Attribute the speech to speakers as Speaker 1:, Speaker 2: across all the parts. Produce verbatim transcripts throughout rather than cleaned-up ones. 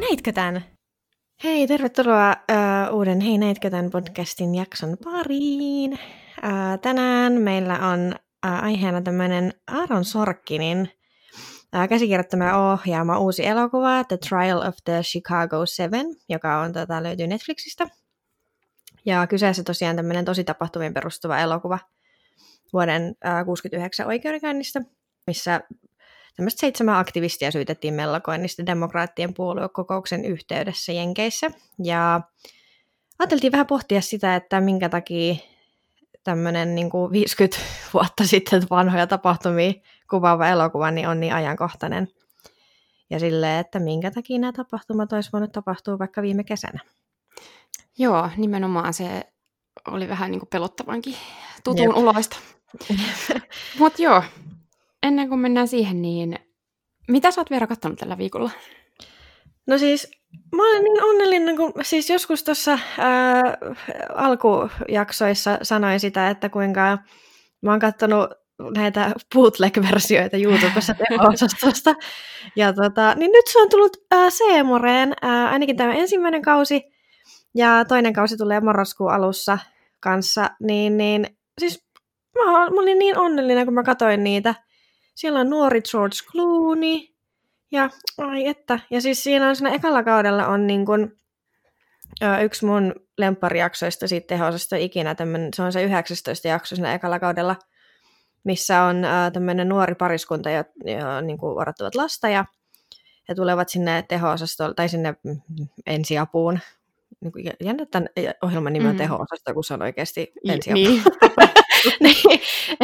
Speaker 1: näitkö tän? Hei, tervetuloa uh, uuden Hei, näitkö tän podcastin jakson pariin. Uh, tänään meillä on uh, aiheena tämmöinen Aaron Sorkinin uh, käsikirjoittama ja ohjaama uusi elokuva The Trial of the Chicago Seven, joka on, tota, löytyy Netflixistä. Ja kyseessä tosiaan tämmöinen tosi tapahtumiin perustuva elokuva vuoden uh, kuusikymmentäyhdeksän oikeudenkäynnistä, missä tämmöistä seitsemän aktivistia syytettiin mellakoinnista demokraattien puoluekokouksen yhteydessä Jenkeissä. Ja ajateltiin vähän pohtia sitä, että minkä takia tämmöinen niin kuin viisikymmentä vuotta sitten vanhoja tapahtumia kuvaava elokuva niin on niin ajankohtainen. Ja silleen, että minkä takia nämä tapahtumat olisi voinut tapahtua vaikka viime kesänä.
Speaker 2: Joo, nimenomaan se oli vähän niin kuin pelottavankin tutun uloista. Mutta joo, ennen kuin mennään siihen, niin mitä sä oot Veera katsonut tällä viikolla?
Speaker 1: No siis, mä olen niin onnellinen, kun siis joskus tuossa alkujaksoissa sanoin sitä, että kuinka mä oon katsonut näitä bootleg-versioita YouTubessa teho-osastosta. Ja tota, niin nyt se on tullut ää, C-Moreen, ää, ainakin tämä ensimmäinen kausi, ja toinen kausi tulee marraskuun alussa kanssa. Niin, niin siis mä, mä olin niin onnellinen, kun mä katsoin niitä. Siellä on nuori George Clooney, ja ai että. Ja siis siinä on siinä ekalla kaudella on niin kun, ö, yksi mun lempparijaksoista siitä teho-osasta ikinä, tämmönen, se on se yhdeksästoista jakso siinä ekalla kaudella, missä on ö, tämmöinen nuori pariskunta, jo, jo niin kuin odottavat lasta, ja he tulevat sinne teho-osastolle, tai sinne ensiapuun. Niin kuin, jännä, tämän ohjelman nimi on mm. teho-osasto, kun se on oikeasti ensiapu. Niin. niin,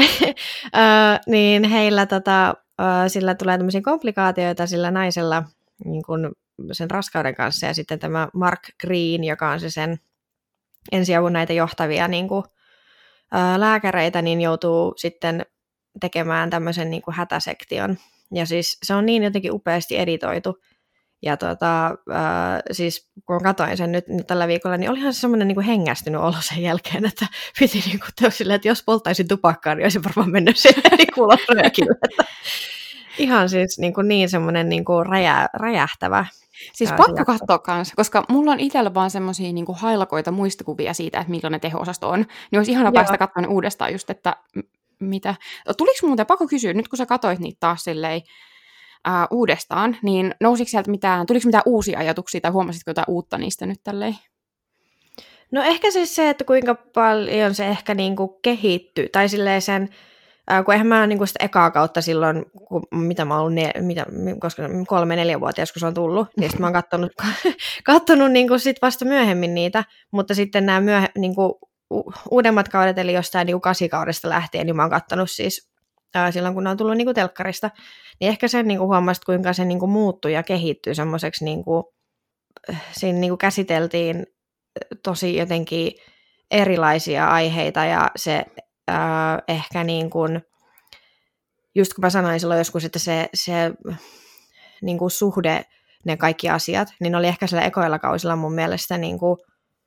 Speaker 1: niin heillä tota, sillä tulee tämmöisiä komplikaatioita sillä naisella niin kun sen raskauden kanssa, ja sitten tämä Mark Green, joka on se sen ensiavun näitä johtavia niin kun, lääkäreitä, niin joutuu sitten tekemään tämmöisen niin kun hätäsektion. Ja siis se on niin jotenkin upeasti editoitu. Ja tota, äh, siis kun katsoin sen nyt, nyt tällä viikolla, niin olihan se semmoinen niin kuin hengästynyt olo sen jälkeen, että piti niin kuin silleen, että jos polttaisin tupakkaa, niin olisin varmaan mennyt silleen niin kuin röökille. Ihan siis niin, kuin niin semmoinen niin kuin räjä, räjähtävä.
Speaker 2: Siis ää, pakko katsoa kanssa, koska mulla on itsellä vaan semmoisia niin kuin hailakoita muistikuvia siitä, että millainen teho-osasto on. Niin olisi ihana päästä katsomaan uudestaan just, että m- mitä. Tuliko muuten, pakko kysyä, nyt kun sä katsoit niitä taas silleen, Uh, uudestaan, niin nousiko sieltä mitään, tuliko mitään uusia ajatuksia tai huomasitko jotain uutta niistä nyt tälleen?
Speaker 1: No ehkä siis se, että kuinka paljon se ehkä niinku kehittyy, tai silleen sen, uh, kun eihän mä niinku sitä ekaa kautta silloin, kun, mitä mä oon ollut, ne, mitä, koska kolme-neljävuotias, kun se on tullut, niin sitten mä oon kattonut, kattonut niinku sit vasta myöhemmin niitä, mutta sitten nämä myöhe, niinku, u- uudemmat kaudet, eli jostain niinku kasikaudesta lähtien, niin mä oon kattonut siis silloin, kun ne on tullut niin kuin telkkarista, niin ehkä sen niin kuin huomasit, kuinka se niin kuin muuttui ja kehittyi semmoiseksi, niin kuin, siinä niin kuin käsiteltiin tosi jotenkin erilaisia aiheita, ja se äh, ehkä niin kuin, just kun mä sanoin silloin joskus, että se, se niin kuin suhde, ne kaikki asiat, niin oli ehkä siellä ekoilla kausilla mun mielestä niin kuin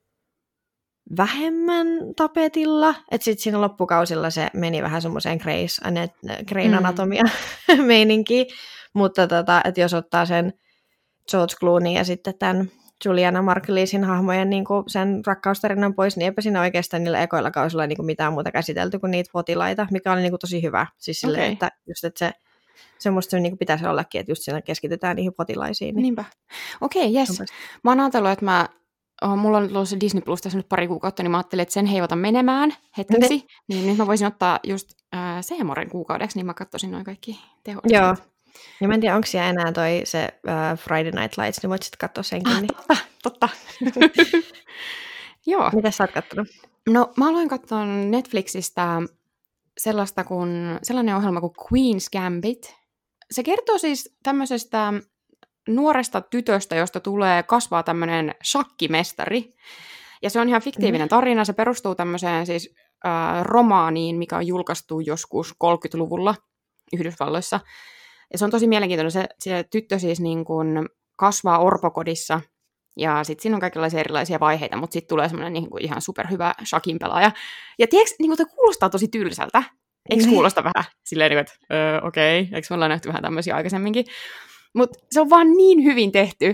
Speaker 1: vähemmän tapetilla, että sitten siinä loppukausilla se meni vähän semmoiseen Grayn anatomia-meininkiin, mutta tota, että jos ottaa sen George Clooney ja sitten tämän Juliana Marguliesen hahmojen niin kuin sen rakkaustarinan pois, niin eipä siinä oikeastaan niillä ekoilla kausilla niin kuin mitään muuta käsitelty kuin niitä potilaita, mikä oli niin kuin tosi hyvä. Siis silleen, okay. Että just, että se semmoista se niin kuin pitäisi ollakin, että just siinä keskitytään niihin potilaisiin. Niin.
Speaker 2: Niinpä. Okei, okay, jes. Mä oon ajatellut, että mä Oh, mulla on nyt ollut se Disney Plus tässä nyt pari kuukautta, niin mä ajattelin, että sen heivata menemään hetkeksi. Ne. Niin nyt mä voisin ottaa just äh, C-Moren kuukaudeksi, niin mä katsoisin noin kaikki tehot.
Speaker 1: Joo. Ja mä en tiedä, onko siellä enää toi se uh, Friday Night Lights, niin voit sitten katsoa senkin.
Speaker 2: Ah,
Speaker 1: niin.
Speaker 2: Totta, totta. Joo.
Speaker 1: Mitä sä oot kattonut?
Speaker 2: No mä aloin katsoa Netflixistä sellaista kuin, sellainen ohjelma kuin Queen's Gambit. Se kertoo siis tämmöisestä nuoresta tytöstä, josta tulee kasvaa tämmöinen shakkimestari. Ja se on ihan fiktiivinen tarina. Se perustuu tämmöiseen siis äh, romaaniin, mikä on julkaistu joskus kolmekymmentäluvulla Yhdysvalloissa. Ja se on tosi mielenkiintoinen. Se, se tyttö siis niin kuin kasvaa orpokodissa. Ja sitten siinä on kaikenlaisia erilaisia vaiheita, mutta sitten tulee semmoinen niin kuin ihan superhyvä shakin pelaaja. Ja tiedätkö, niin kuin tämä kuulostaa tosi tylsältä. Eikö se kuulosta vähän silleen, että öö, okei, okay. Eikö me ollaan nähty vähän tämmöisiä aikaisemminkin? Mutta se on vaan niin hyvin tehty.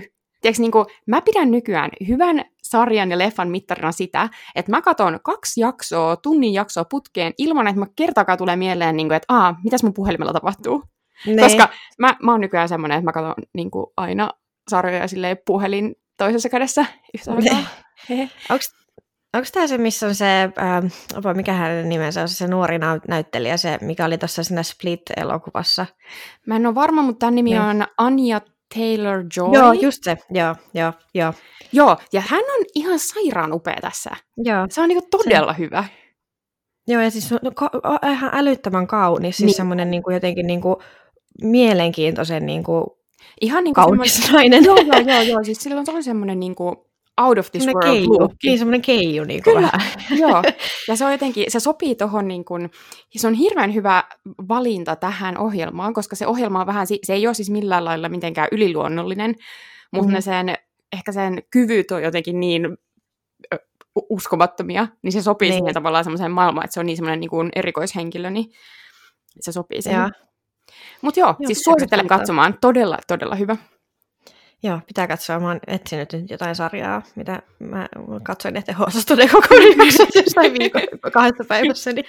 Speaker 2: tiedätkö, niin kuin, mä pidän nykyään hyvän sarjan ja leffan mittarina sitä, että mä katson kaksi jaksoa, tunnin jaksoa putkeen, ilman, että mä kertaakaan tulee mieleen, niin kuin, että aah, mitäs mun puhelimella tapahtuu. Ne. Koska mä, mä oon nykyään semmoinen, että mä katson niin kuin, aina sarjoja silleen puhelin toisessa kädessä yhtä aikaa.
Speaker 1: Onko tämä se, missä on se, äh, mikä hänen nimensä on, se nuori näyttelijä, se, mikä oli tuossa siinä Split-elokuvassa?
Speaker 2: Mä en ole varma, mutta tämän nimi no. on Anya Taylor-Joy.
Speaker 1: Joo, just se, joo, joo, joo.
Speaker 2: Joo, ja hän on ihan sairaan upea tässä.
Speaker 1: Joo.
Speaker 2: Se on niinku todella se. hyvä.
Speaker 1: Joo, ja siis no, ka- ihan älyttömän kaunis, siis niin. semmoinen niinku jotenkin niinku mielenkiintoisen niinku
Speaker 2: ihan niinku
Speaker 1: kaunis nainen.
Speaker 2: Joo, joo, joo, joo, siis silloin se oli semmoinen niinku out of this world keiju. Look.
Speaker 1: Niin, semmoinen keiju niin kuin vähän.
Speaker 2: Joo, ja se on jotenkin, se sopii tohon niin kuin, se on hirveän hyvä valinta tähän ohjelmaan, koska se ohjelma on vähän, se ei ole siis millään lailla mitenkään yliluonnollinen, mutta mm. ne sen, ehkä sen kyvyt on jotenkin niin uskomattomia, niin se sopii niin. siihen tavallaan semmoiseen maailmaan, että se on niin semmoinen niin kuin erikoishenkilö, niin se sopii siihen. Mutta joo, joo, siis suosittelen katsomaan, todella, todella hyvä.
Speaker 1: Joo, pitää katsoa. Mä oon etsinyt nyt jotain sarjaa, mitä mä katsoin Ete H-osastonen koko jakson jostain viikon kahdessa päivässä. Niin.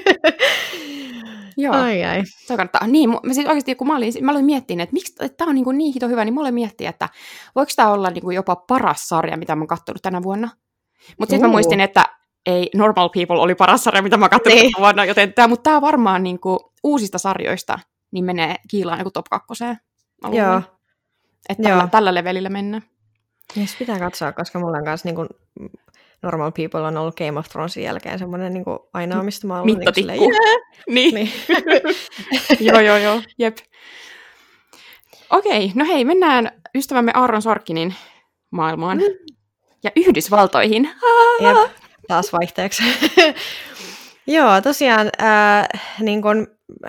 Speaker 2: Joo, ai ai. Se kannattaa. Niin, mä siis oikeasti kun mä olin, mä olin miettinyt, että miksi että tää on niin, niin hito hyvä, niin mä olin miettinyt, että voiko tää olla niin jopa paras sarja, mitä mä oon katsonut tänä vuonna. Mutta sitten mä muistin, että ei Normal People oli paras sarja, mitä mä oon katsonut tänä vuonna, joten tää, mutta tää varmaan niin kuin, uusista sarjoista niin menee kiilaan niin top kakkoseen.
Speaker 1: Joo.
Speaker 2: Että tällä, tällä levelillä mennään.
Speaker 1: Yes, pitää katsoa, koska mulla on kanssa niin kuin Normal People on ollut Game of Thronesin jälkeen semmoinen niin kuin ainoa, mistä mä oon ollut
Speaker 2: mittatikku.
Speaker 1: Niin, yeah!
Speaker 2: niin. niin. joo, joo, joo. Jep. Okei, no hei, mennään ystävämme Aaron Sorkinin maailmaan mm. ja Yhdysvaltoihin.
Speaker 1: Jep, taas vaihteeksi. Joo, tosiaan äh, niin kun,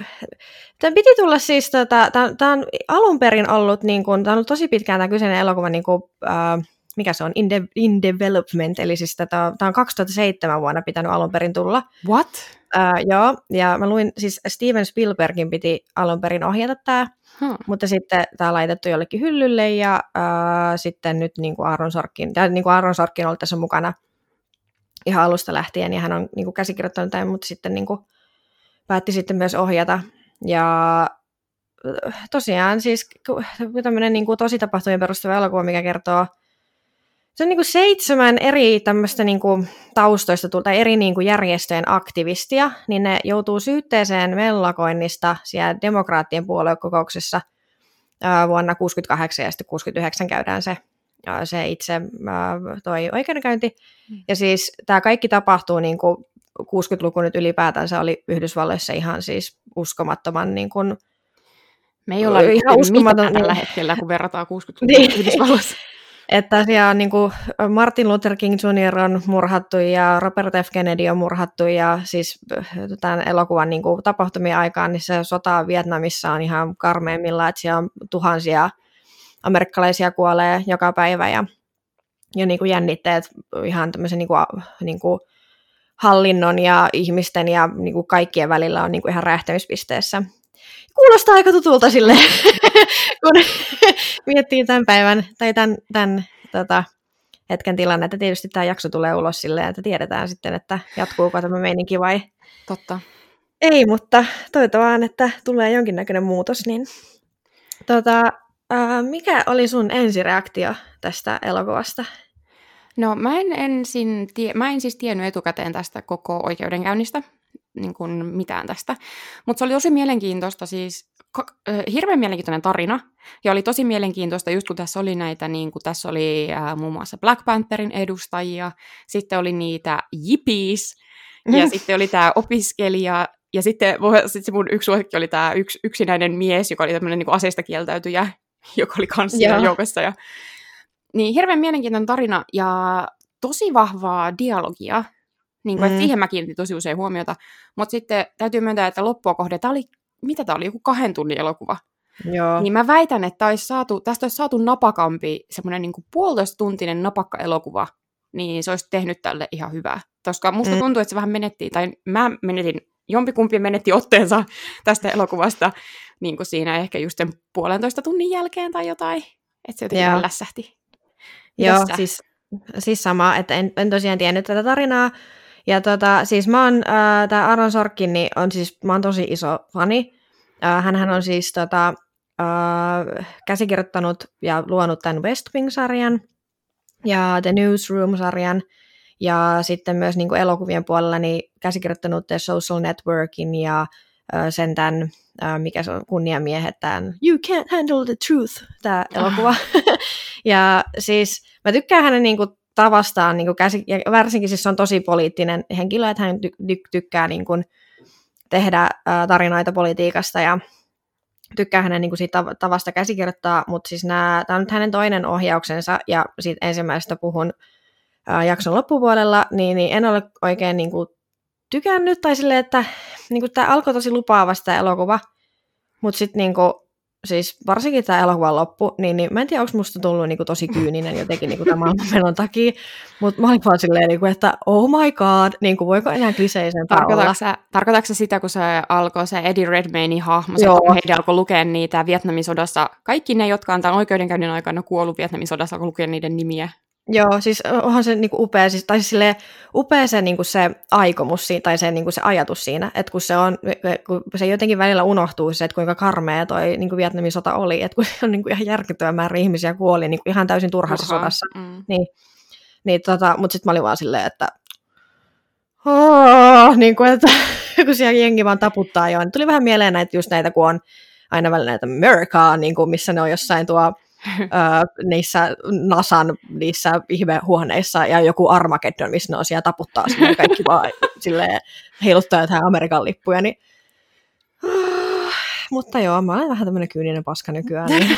Speaker 1: tämän piti tulla siis, tota, tämä on alun perin ollut, niin kun, tämä on ollut tosi pitkään tämä kyseinen elokuva, niin kun, äh, mikä se on, in, de, in development, eli siis tämä on kaksituhattaseitsemän vuonna pitänyt alun perin tulla.
Speaker 2: What?
Speaker 1: Äh, joo, ja mä luin, siis Steven Spielbergin piti alun perin ohjata tämä, hmm. mutta sitten tämä on laitettu jollekin hyllylle, ja äh, sitten nyt niin kuin Aaron Sorkin, tai niin kuin Aaron Sorkin on ollut tässä mukana ihan alusta lähtien, ja hän on niin kuin käsikirjoittanut tämän, mutta sitten niin kuin päätti sitten myös ohjata. Ja tosiaan siis tämmöinen niin kuin tositapahtumien perustuva elokuva, mikä kertoo, se on niin kuin seitsemän eri tämmöistä niin kuin taustoista tai eri niin kuin järjestöjen aktivistia, niin ne joutuu syytteeseen mellakoinnista siellä demokraattien puoluekokouksessa vuonna kuusikymmentäkahdeksan ja sitten kuusikymmentäyhdeksän käydään se se itse toi oikeudenkäynti. Mm. Ja siis tämä kaikki tapahtuu, niin kuin kuusikymmentäluku nyt ylipäätänsä oli Yhdysvalloissa ihan siis uskomattoman niin kuin,
Speaker 2: me ei olla ihan uskomaton niin, tällä hetkellä, kun verrataan kuusikymmentälukuun niin. Yhdysvalloissa.
Speaker 1: Että siellä on niin kuin Martin Luther King junior on murhattu ja Robert F. Kennedy on murhattu ja siis tämän elokuvan niin kuin tapahtumien aikaan niin se sota Vietnamissa on ihan karmeimmillaan, että siellä on tuhansia amerikkalaisia kuolee joka päivä ja, ja niin kuin jännitteet ihan tämmöisen niin kuin, niin kuin hallinnon ja ihmisten ja niin kuin kaikkien välillä on niin kuin ihan räjähtämispisteessä. Kuulostaa aika tutulta silleen, kun miettii tämän päivän tai tämän, tämän tota, hetken tilannetta. Tietysti tämä jakso tulee ulos silleen, että tiedetään sitten, että jatkuuko tämä meininki vai
Speaker 2: Totta.
Speaker 1: Ei, mutta toivotaan, että tulee jonkinnäköinen muutos. Niin, tota, ää, mikä oli sun ensireaktio tästä elokuvasta?
Speaker 2: No mä en, ensin tie- mä en siis tiennyt etukäteen tästä koko oikeudenkäynnistä, niin kuin mitään tästä, mutta se oli tosi mielenkiintoista, siis ka- äh, hirveän mielenkiintoinen tarina, ja oli tosi mielenkiintoista, just kun tässä oli näitä, niin kuin tässä oli äh, muun muassa Black Pantherin edustajia, sitten oli niitä jippies, ja mm. sitten oli tämä opiskelija, ja sitten, sitten se mun yksi suosikki oli tämä yks, yksinäinen mies, joka oli tämmöinen niin kuin aseista kieltäytyjä, joka oli kanssa siinä joukossa, ja niin hirveän mielenkiintoinen tarina ja tosi vahvaa dialogia, niin kuin, mm. että siihen mä kiinnitin tosi usein huomiota, mutta sitten täytyy myöntää, että loppua kohde, tämä oli, mitä tämä oli, joku kahden tunnin elokuva,
Speaker 1: Joo.
Speaker 2: niin mä väitän, että olisi saatu, tästä olisi saatu napakampi, semmoinen niin kuin puolitoista tuntinen napakka elokuva, niin se olisi tehnyt tälle ihan hyvää, koska musta mm. tuntuu, että se vähän menettiin, tai mä menetin, jompikumpi menetti otteensa tästä elokuvasta, niin kuin siinä ehkä just sen puolentoista tunnin jälkeen tai jotain, että se jotenkin vähän lässähti.
Speaker 1: Joo, siis, siis sama, että en, en tosiaan tiennyt tätä tarinaa. Ja tota, siis mä oon, äh, tää Aaron Sorkin, niin on siis, mä oon tosi iso fani. Äh, hänhän on siis tota, äh, käsikirjoittanut ja luonut tämän West Wing-sarjan ja The Newsroom-sarjan. Ja sitten myös niin kuin elokuvien puolella niin käsikirjoittanut The Social Networkin ja äh, sen tämän, äh, mikä se on, kunniamiehet, tämän You Can't Handle the Truth, tämä elokuva. Ja siis mä tykkään hänen niin kuin tavastaan, niin kuin käsi, ja varsinkin siis se on tosi poliittinen henkilö, että hän ty- tykkää niin kuin tehdä äh, tarinoita politiikasta ja tykkää hänen niin kuin siitä tavasta käsikirjoittaa, mutta siis tämä on nyt hänen toinen ohjauksensa ja siitä ensimmäisestä puhun äh, jakson loppupuolella, niin, niin en ole oikein niin kuin tykännyt, tai silleen, että niin kuin tämä alkoi tosi lupaavasti tämä elokuva, mutta sitten niin kuin siis varsinkin tämä elokuvan loppu, niin, niin mä en tiedä, onko musta tullut niin kuin tosi kyyninen jotenkin niin kuin tämän maailmanmenon takia, mutta mä olin vaan silleen, niin kuin, että oh my god, niin kuin, voiko enää kliseisempää olla.
Speaker 2: Tarkoitatko sä sitä, kun se alkoi se Eddie Redmaynin hahmo, se, kun heidän alkoi lukea niitä Vietnamin sodassa, kaikki ne, jotka on tämän oikeudenkäynnin aikana kuollut Vietnamin sodassa, alkoi lukea niiden nimiä?
Speaker 1: Joo, siis onhan se niinku upea, siis, tai siis silleen, upea se, niinku se aikomus siinä, tai se, niinku se ajatus siinä, että kun se, on, kun se jotenkin välillä unohtuu se, että kuinka karmea toi niinku Vietnamin sota oli, että kun se on niinku ihan järkyttävä määrä ihmisiä kuoli niinku ihan täysin turhassa Turha. sodassa. Mm. Niin, niin tota, mutta sitten mä olin vaan silleen, että oh, niin kuin, että kun siellä jengi vaan taputtaa jo, niin tuli vähän mieleen näitä, just näitä, kun on aina välillä näitä Amerikaa, niin kuin, missä ne on jossain tuo Öö, niissä NASAn niissä ihmehuoneissa ja joku Armageddon, missä ne on siellä taputtaa silleen, kaikki vaan silleen, heiluttaa jotain Amerikan lippuja. Niin... Mutta joo, mä olen vähän tämmöinen kyyninen paska nykyään. Niin.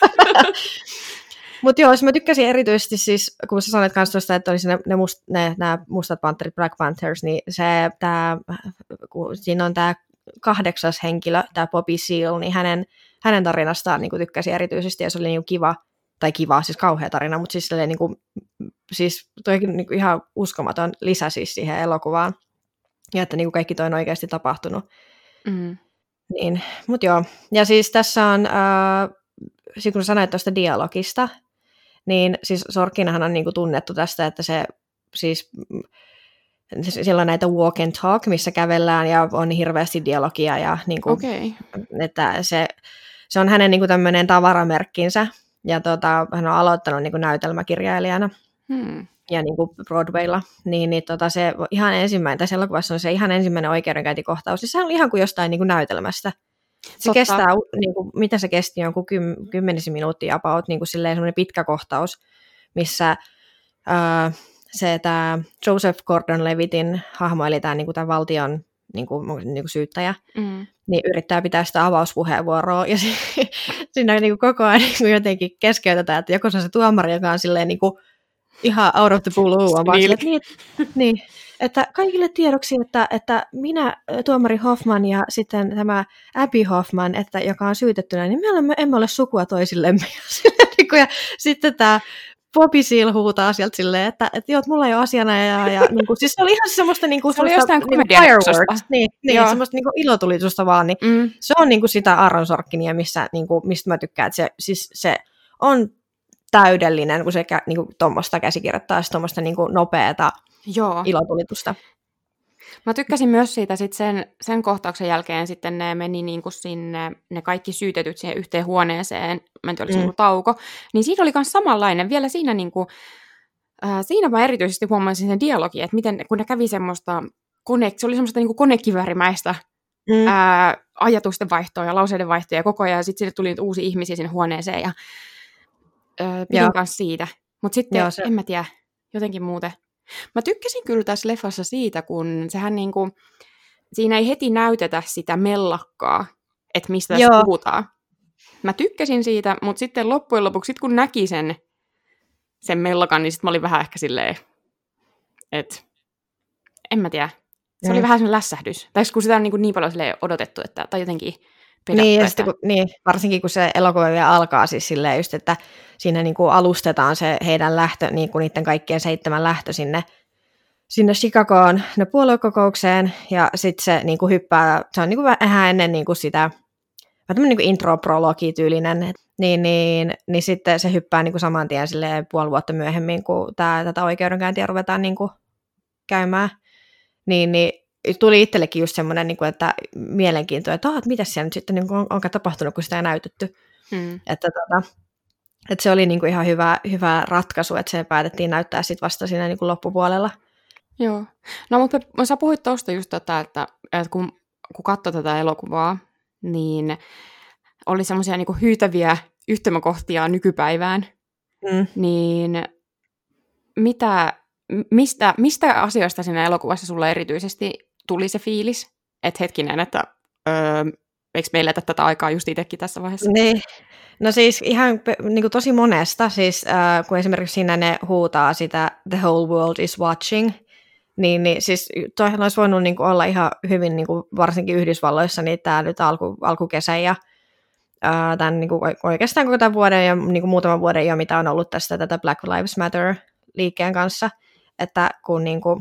Speaker 1: Mutta joo, mä tykkäsin erityisesti siis, kun sä sanoit kans tuosta, että olisi ne, ne, must, ne nämä mustat panterit, Black Panthers, niin se, tää, kun siinä on tämä kahdeksas henkilö, tämä Bobby Seale, niin hänen hänen tarinastaan niin kuin tykkäsin erityisesti, ja se oli niin kuin kiva, tai kiva, siis kauhea tarina, mutta siis, niin kuin, siis toikin niin kuin ihan uskomaton lisä siis siihen elokuvaan, ja että niin kuin kaikki toi on oikeasti tapahtunut. Mm. Niin, mutta joo, ja siis tässä on, äh, siis kun sanoit tuosta dialogista, niin siis Sorkinhan on niin kuin tunnettu tästä, että se siis siellä on näitä walk and talk, missä kävellään ja on hirveästi dialogia ja niin kuin, okay. että se, se on hänen niin kuin tämmöinen tavaramerkkinsä ja tota, hän on aloittanut niin kuin näytelmäkirjailijana hmm. ja niin kuin Broadwaylla, niin, niin tota, se ihan ensimmäinen, tässä elokuvassa on se ihan ensimmäinen oikeudenkäyntikohtaus, niin se on ihan kuin jostain niin kuin näytelmästä. Se Totta. kestää, niin kuin, mitä se kesti, jonkun kym, kymmenisen minuuttia about, niin kuin silleen semmoinen pitkä kohtaus, missä ää, se tämä Joseph Gordon-Levitin hahmo, eli tämä niinku, valtion niinku, niinku syyttäjä, mm. niin yrittää pitää sitä avauspuheenvuoroa, ja siinä niinku, koko ajan niinku, jotenkin keskeytetään, että joko se on se tuomari, joka on silleen, niinku, ihan out of the blue, on vaan silleen, niin, niin, että kaikille tiedoksi, että, että minä, tuomari Hoffman ja sitten tämä Abby Hoffman, että, joka on syytettynä, niin me olemme, emme ole sukua toisillemme. Ja sitten tämä Bobby Seale huutaa sieltä silleen, että, että joo, mulla ei ole asiana, ja, ja niin kuin, siis se oli ihan semmoista, niin kuin,
Speaker 2: se oli
Speaker 1: semmoista
Speaker 2: jostain niin fireworks,
Speaker 1: niin, niin semmoista niin kuin ilotulitusta vaan, niin mm. se on niin kuin sitä Aaron Sorkinia, missä, niin kuin, mistä mä tykkään, että se, siis se on täydellinen, kun se niin kuin, tuommoista käsikirjoittaa, tuommoista niin kuin nopeata joo. ilotulitusta.
Speaker 2: Mä tykkäsin myös siitä sit sen, sen kohtauksen jälkeen sitten ne meni niinku sinne, ne kaikki syytetyt siihen yhteen huoneeseen, mä en tiedä, oliko mm. se tauko, niin siinä oli myös samanlainen, vielä siinä niinku, äh, siinä mä erityisesti huomasin sen dialogin, että miten, kun ne kävi semmoista, kone, se oli semmoista niinku konekiväärimäistä mm. äh, ajatusten vaihtoa ja lauseiden vaihtoa ja koko ajan, ja sitten sinne tuli uusia ihmisiä sinne huoneeseen, ja äh, pidin kanssa siitä, mutta sitten, Joo, se... en mä tiedä, jotenkin muuten. Mä tykkäsin kyllä tässä leffassa siitä, kun sehän niinku, siinä ei heti näytetä sitä mellakkaa, että mistä tässä Joo. puhutaan. Mä tykkäsin siitä, mutta sitten loppujen lopuksi, sit kun näki sen, sen mellakan, niin sitten mä olin vähän ehkä silleen, että en mä tiedä. Se mm. oli vähän sellainen lässähdys. Tai kun sitä on niin, niin paljon odotettu, että, tai jotenkin pedattu.
Speaker 1: Niin, että... kun, niin, varsinkin kun se elokuva vielä alkaa siis silleen just, että siinä niin kuin alustetaan se heidän lähtö, niin kuin niiden kaikkien seitsemän lähtö sinne, sinne Chicagoon, ne puoluekokoukseen, ja sitten se niin kuin hyppää, se on niin kuin vähän ennen niin kuin sitä tämmöinen niin intro-prologi-tyylinen, niin, niin, niin sitten se hyppää niin kuin saman tien silleen puoli vuotta myöhemmin, kun tää, tätä oikeudenkäyntiä ruvetaan niin kuin käymään, niin, niin tuli itsellekin just semmoinen, niin kuin, että mielenkiintoinen, että, että mitä siellä nyt sitten niin kuin on, onkaan tapahtunut, kun sitä ei näytetty. Hmm. Että, tota, että se oli niin kuin ihan hyvä, hyvä ratkaisu, että se päätettiin näyttää sitten vasta siinä niin kuin loppupuolella.
Speaker 2: Joo. No mutta sä puhuit tuosta just tätä, että, että kun, kun katsoi tätä elokuvaa, niin oli semmoisia niin kuin hyytäviä yhtymäkohtia nykypäivään, mm. niin mitä, mistä, mistä asioista siinä elokuvassa sulle erityisesti tuli se fiilis, että hetkinen, että öö, eikö meillä tätä aikaa just itsekin tässä vaiheessa?
Speaker 1: Niin. No siis ihan niin kuin tosi monesta, siis äh, kun esimerkiksi siinä ne huutaa sitä The whole world is watching, niin, niin siis toihan olisi voinut niin kuin olla ihan hyvin, niin kuin varsinkin Yhdysvalloissa, niin tämä nyt alku, alkukesän ja äh, tämän, niin kuin oikeastaan koko tämän vuoden ja niin kuin muutaman vuoden jo, mitä on ollut tästä tätä Black Lives Matter-liikkeen kanssa, että kun niin kuin,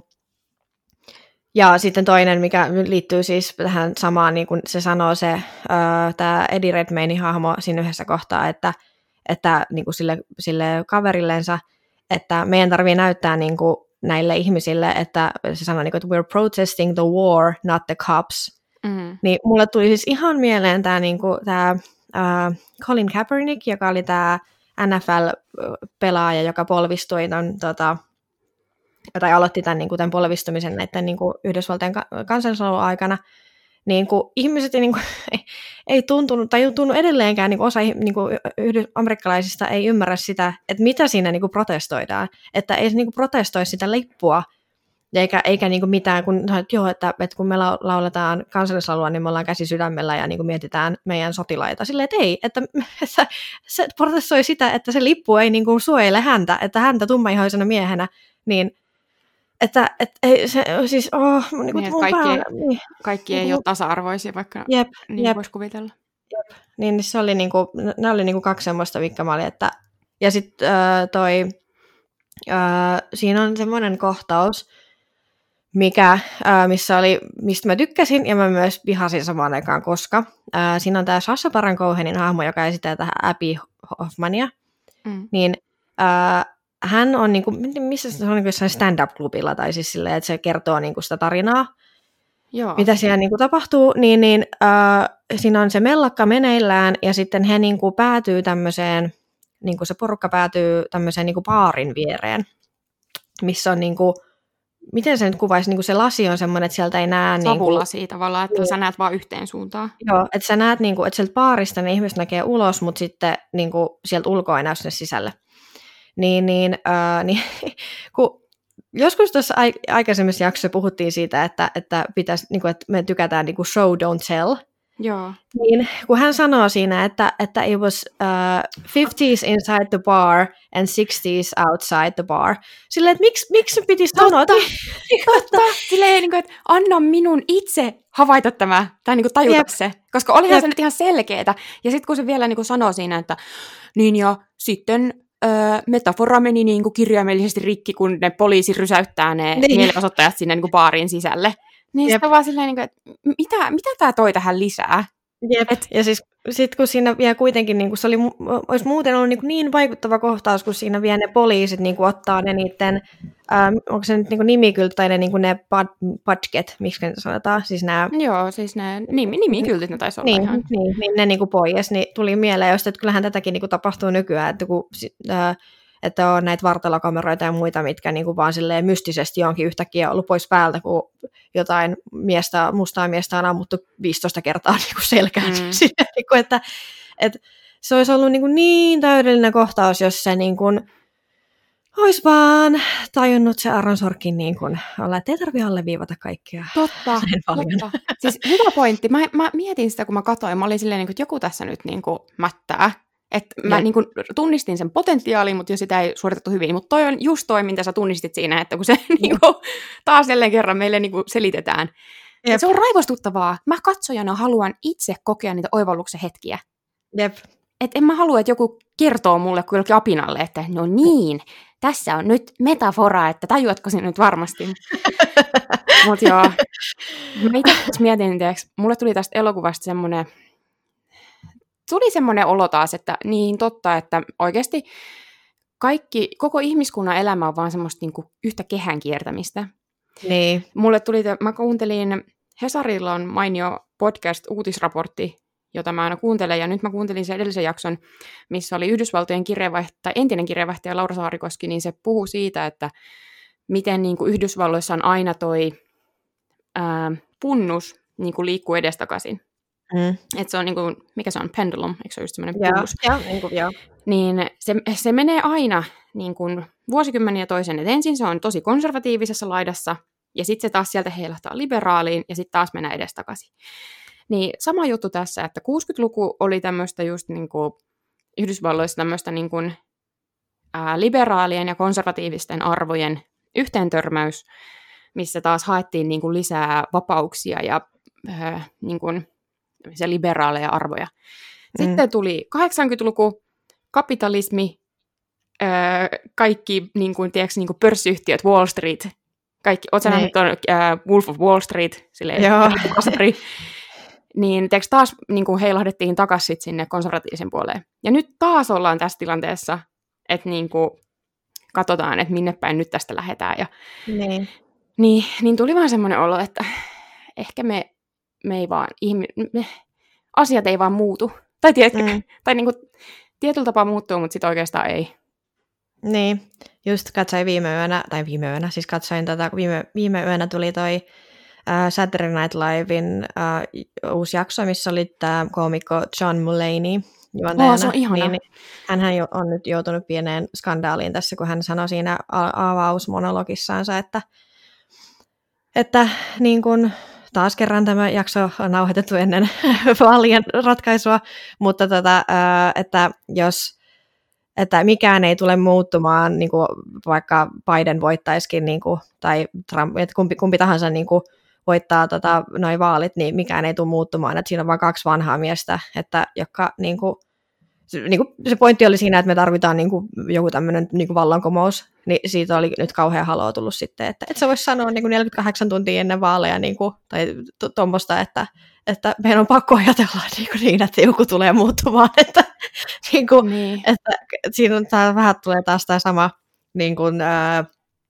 Speaker 1: ja sitten toinen, mikä liittyy siis tähän samaan, niin kuin se sanoo se, äh, tämä Eddie Redmaynin hahmo siinä yhdessä kohtaa, että, että niin kuin sille, sille kaverillensa, että meidän tarvii näyttää niin kuin näille ihmisille, että se sanoo, niin kuin, että we're protesting the war, not the cops. Mm-hmm. Niin mulle tuli siis ihan mieleen tämä, niin kuin, tämä äh, Colin Kaepernick, joka oli tämä N F L-pelaaja, joka polvistui ton, tota, tai aloitti tämän, niin kuin, tämän polvistumisen näiden niin kuin Yhdysvaltain kansallisolun aikana, niin kuin ihmiset ei, niin kuin, ei, ei tuntunut, tai ei tunnu edelleenkään, niin kuin osa niin kuin amerikkalaisista ei ymmärrä sitä, että mitä siinä niin kuin protestoidaan, että ei niin kuin protestoi sitä lippua, eikä, eikä niin kuin mitään, kun, että, joo, että, että kun me lauletaan kansallislaulua, niin me ollaan käsi sydämellä ja niin kuin mietitään meidän sotilaita. Silleen, että ei, että, että se protestoi sitä, että se lippu ei niin kuin suojele häntä, että häntä tummaihoisena miehenä, niin että et, ei, se, siis, oh, niin
Speaker 2: niin, kaikki, päällä, niin. kaikki ei niin, ole tasa-arvoisia, vaikka jep, niin jep. voisi kuvitella.
Speaker 1: Jep. Niin se oli niinku, ne oli niinku kaksi semmoista, mikä mä olin, että, ja sitten äh, toi, äh, siinä on semmoinen kohtaus, mikä, äh, missä oli, mistä mä tykkäsin, ja mä myös vihasin samaan aikaan, koska äh, siinä on tää Sacha Baron Cohenin hahmo, joka esittää tähän Abby Hoffmania, mm. niin äh, hän on, niinku, missä se on niinku jossain stand-up-klubilla, tai siis silleen, että se kertoo niinku sitä tarinaa, Joo. mitä siellä niinku tapahtuu, niin, niin äh, siinä on se mellakka meneillään, ja sitten he niinku päätyy tämmöiseen, niinku se porukka päätyy tämmöiseen niinku baarin viereen, missä on niinku, miten se nyt kuvaisi, niinku se lasi on semmoinen, että sieltä ei näe...
Speaker 2: Savulasi
Speaker 1: niinku,
Speaker 2: tavallaan, että sä näet vaan yhteen suuntaan.
Speaker 1: Joo, että sä näet, niinku, että sieltä baarista ne ihmiset näkee ulos, mutta sitten niinku, sieltä ulkoa ei näy sinne sisälle. Niin, niin, äh, niin kun joskus tuossa aikaisemmassa jaksossa puhuttiin siitä, että, että, pitäisi, niin kuin, että me tykätään niin kuin show, don't tell.
Speaker 2: Joo.
Speaker 1: Niin kun hän sanoo siinä, että, että it was uh, fifties inside the bar and sixties outside the bar. Silleen, että miksi, miksi se piti sanoa?
Speaker 2: Totta, totta. Silleen, niin kuin, että anna minun itse havaita tämä, tai niin kuin tajuta Jep. se. Koska olihan Jep. se nyt ihan selkeätä. Ja sitten kun se vielä niin kuin sanoo siinä, että niin ja sitten... Öö, metafora meni niin kuin kirjaimellisesti rikki, kun ne poliisi rysäyttää ne niin. mielenosoittajat sinne niin kuin baariin sisälle. Niin sitten vaan silleen, niin kuin, että mitä, mitä tämä toi tähän lisää?
Speaker 1: Jep. Et, ja siis sitten kun siinä vielä kuitenkin, niin kun se oli, olisi muuten ollut niin, niin vaikuttava kohtaus, kun siinä vielä ne poliisit niin ottaa ne niiden, ähm, onko se nyt niin nimikyltit tai ne, niin ne budget, miksi ne sanotaan? Siis nämä...
Speaker 2: Joo, siis ne nimi, nimikyltit ne taisi olla
Speaker 1: niin,
Speaker 2: ihan.
Speaker 1: Niin, niin ne niin pois, niin tuli mieleen just, että kyllähän tätäkin niin tapahtuu nykyään, että kun... Äh, että on näitä vartalokameroita ja muita, mitkä niin kuin vaan silleen mystisesti onkin yhtäkkiä ollut pois päältä, kun jotain miestä, mustaa miestä on ammuttu viisitoista kertaa niin kuin selkään. Mm. Silleen, niin kuin, että, että se olisi ollut niin, kuin niin täydellinen kohtaus, jos se niin kuin olisi vaan tajunnut se Aaron Sorkin niin kuin olla, että ei tarvitse alleviivata kaikkea.
Speaker 2: Totta, totta. Siis hyvä pointti. Mä, mä mietin sitä, kun mä katsoin. Mä olin silleen, että joku tässä nyt niin kuin mättää. Että mä niin kun tunnistin sen potentiaalin, mutta jo sitä ei suoritettu hyvin. Mutta toi on just toi, mitä sä tunnistit siinä, että kun se niin kun, taas jälleen kerran meille niin kun selitetään. Se on raivostuttavaa. Mä katsojana haluan itse kokea niitä oivalluksen hetkiä.
Speaker 1: Jep.
Speaker 2: Et en mä halua, että joku kertoo mulle kuin jollekin apinalle, että no niin, tässä on nyt metafora, että tajuatko sen nyt varmasti. Mutta joo, mä itse mietin, teoks, mulle tuli tästä elokuvasta semmoinen... tuli semmoinen olo taas, että niin totta, että oikeasti kaikki, koko ihmiskunnan elämä on vaan semmoista niin kuin yhtä kehän kiertämistä.
Speaker 1: Niin.
Speaker 2: Mulle tuli, mä kuuntelin, Hesarilla on mainio podcast-uutisraportti, jota mä aina kuuntelen, ja nyt mä kuuntelin sen edellisen jakson, missä oli Yhdysvaltojen kirjeenvaihtaja, entinen kirjeenvaihtaja Laura Saarikoski, niin se puhuu siitä, että miten niin kuin Yhdysvalloissa on aina toi ää, punnus niin kuin liikkuu edestakaisin. Mm. Että se on niin kuin, mikä se on, pendulum, eikö se ole just semmoinen punnus?
Speaker 1: Joo, niin kuin, joo.
Speaker 2: Niin se, se menee aina niin kuin vuosikymmeniä toisen. Et ensin se on tosi konservatiivisessa laidassa, ja sitten se taas sieltä heilahtaa liberaaliin, ja sitten taas mennään edestakaisin. Niin sama juttu tässä, että kuusikymmentäluku oli tämmöistä just niin kuin Yhdysvalloissa tämmöistä niin kuin, ää, liberaalien ja konservatiivisten arvojen yhteentörmäys, missä taas haettiin niin kuin lisää vapauksia ja ää, niin kuin liberaaleja arvoja. Sitten mm. tuli kahdeksankymmentäluku, kapitalismi, öö, kaikki niin kuin, tiedätkö, niin kuin pörssiyhtiöt, Wall Street, kaikki, ootko sä nähnyt tuon äh, Wolf of Wall Street, silleen, niin tiedätkö, taas niin kuin heilahdettiin takaisin sinne konservatiivisen puoleen. Ja nyt taas ollaan tässä tilanteessa, että niin kuin, katsotaan, että minne päin nyt tästä lähdetään. Ja,
Speaker 1: niin.
Speaker 2: Niin, niin tuli vaan semmoinen olo, että ehkä me, me ei vaan, ihmi, me, asiat ei vaan muutu. Tai, tiedätkö, mm. tai niin kuin, tietyllä tapaa muuttuu, mutta sitten oikeastaan ei.
Speaker 1: Niin, just katsoin viime yönä, tai viime yönä, siis katsoin tätä, viime, viime yönä tuli toi uh, Saturday Night Livein uh, uusi jakso, missä oli tämä koomikko John Mulaney juontajana.
Speaker 2: Oh, se on ihana.
Speaker 1: Niin, hänhän on nyt joutunut pieneen skandaaliin tässä, kun hän sanoi siinä avausmonologissaansa, että, että niin kun, taas kerran tämä jakso on nauhoitettu ennen vaalien ratkaisua, mutta tota, uh, että jos että mikään ei tule muuttumaan, niin kuin vaikka Biden voittaisikin, niin kuin, tai Trump, että kumpi, kumpi tahansa niin kuin voittaa tota, noi vaalit, niin mikään ei tule muuttumaan. Että siinä on vain kaksi vanhaa miestä, että, jotka, niin kuin, se, niin kuin, se pointti oli siinä, että me tarvitaan niin kuin, joku tämmöinen niin kuin vallankumous, niin siitä oli nyt kauhean haloo tullut sitten, että et sä vois sanoa niin kuin neljäkymmentäkahdeksan tuntia ennen vaaleja, niin kuin, tai tuommoista, to, että että meidän on pakko ajatella niin, niin että joku tulee muuttumaan, että, niin kuin, niin. että siinä on, tää vähän tulee taas tämä sama niin kuin, ää,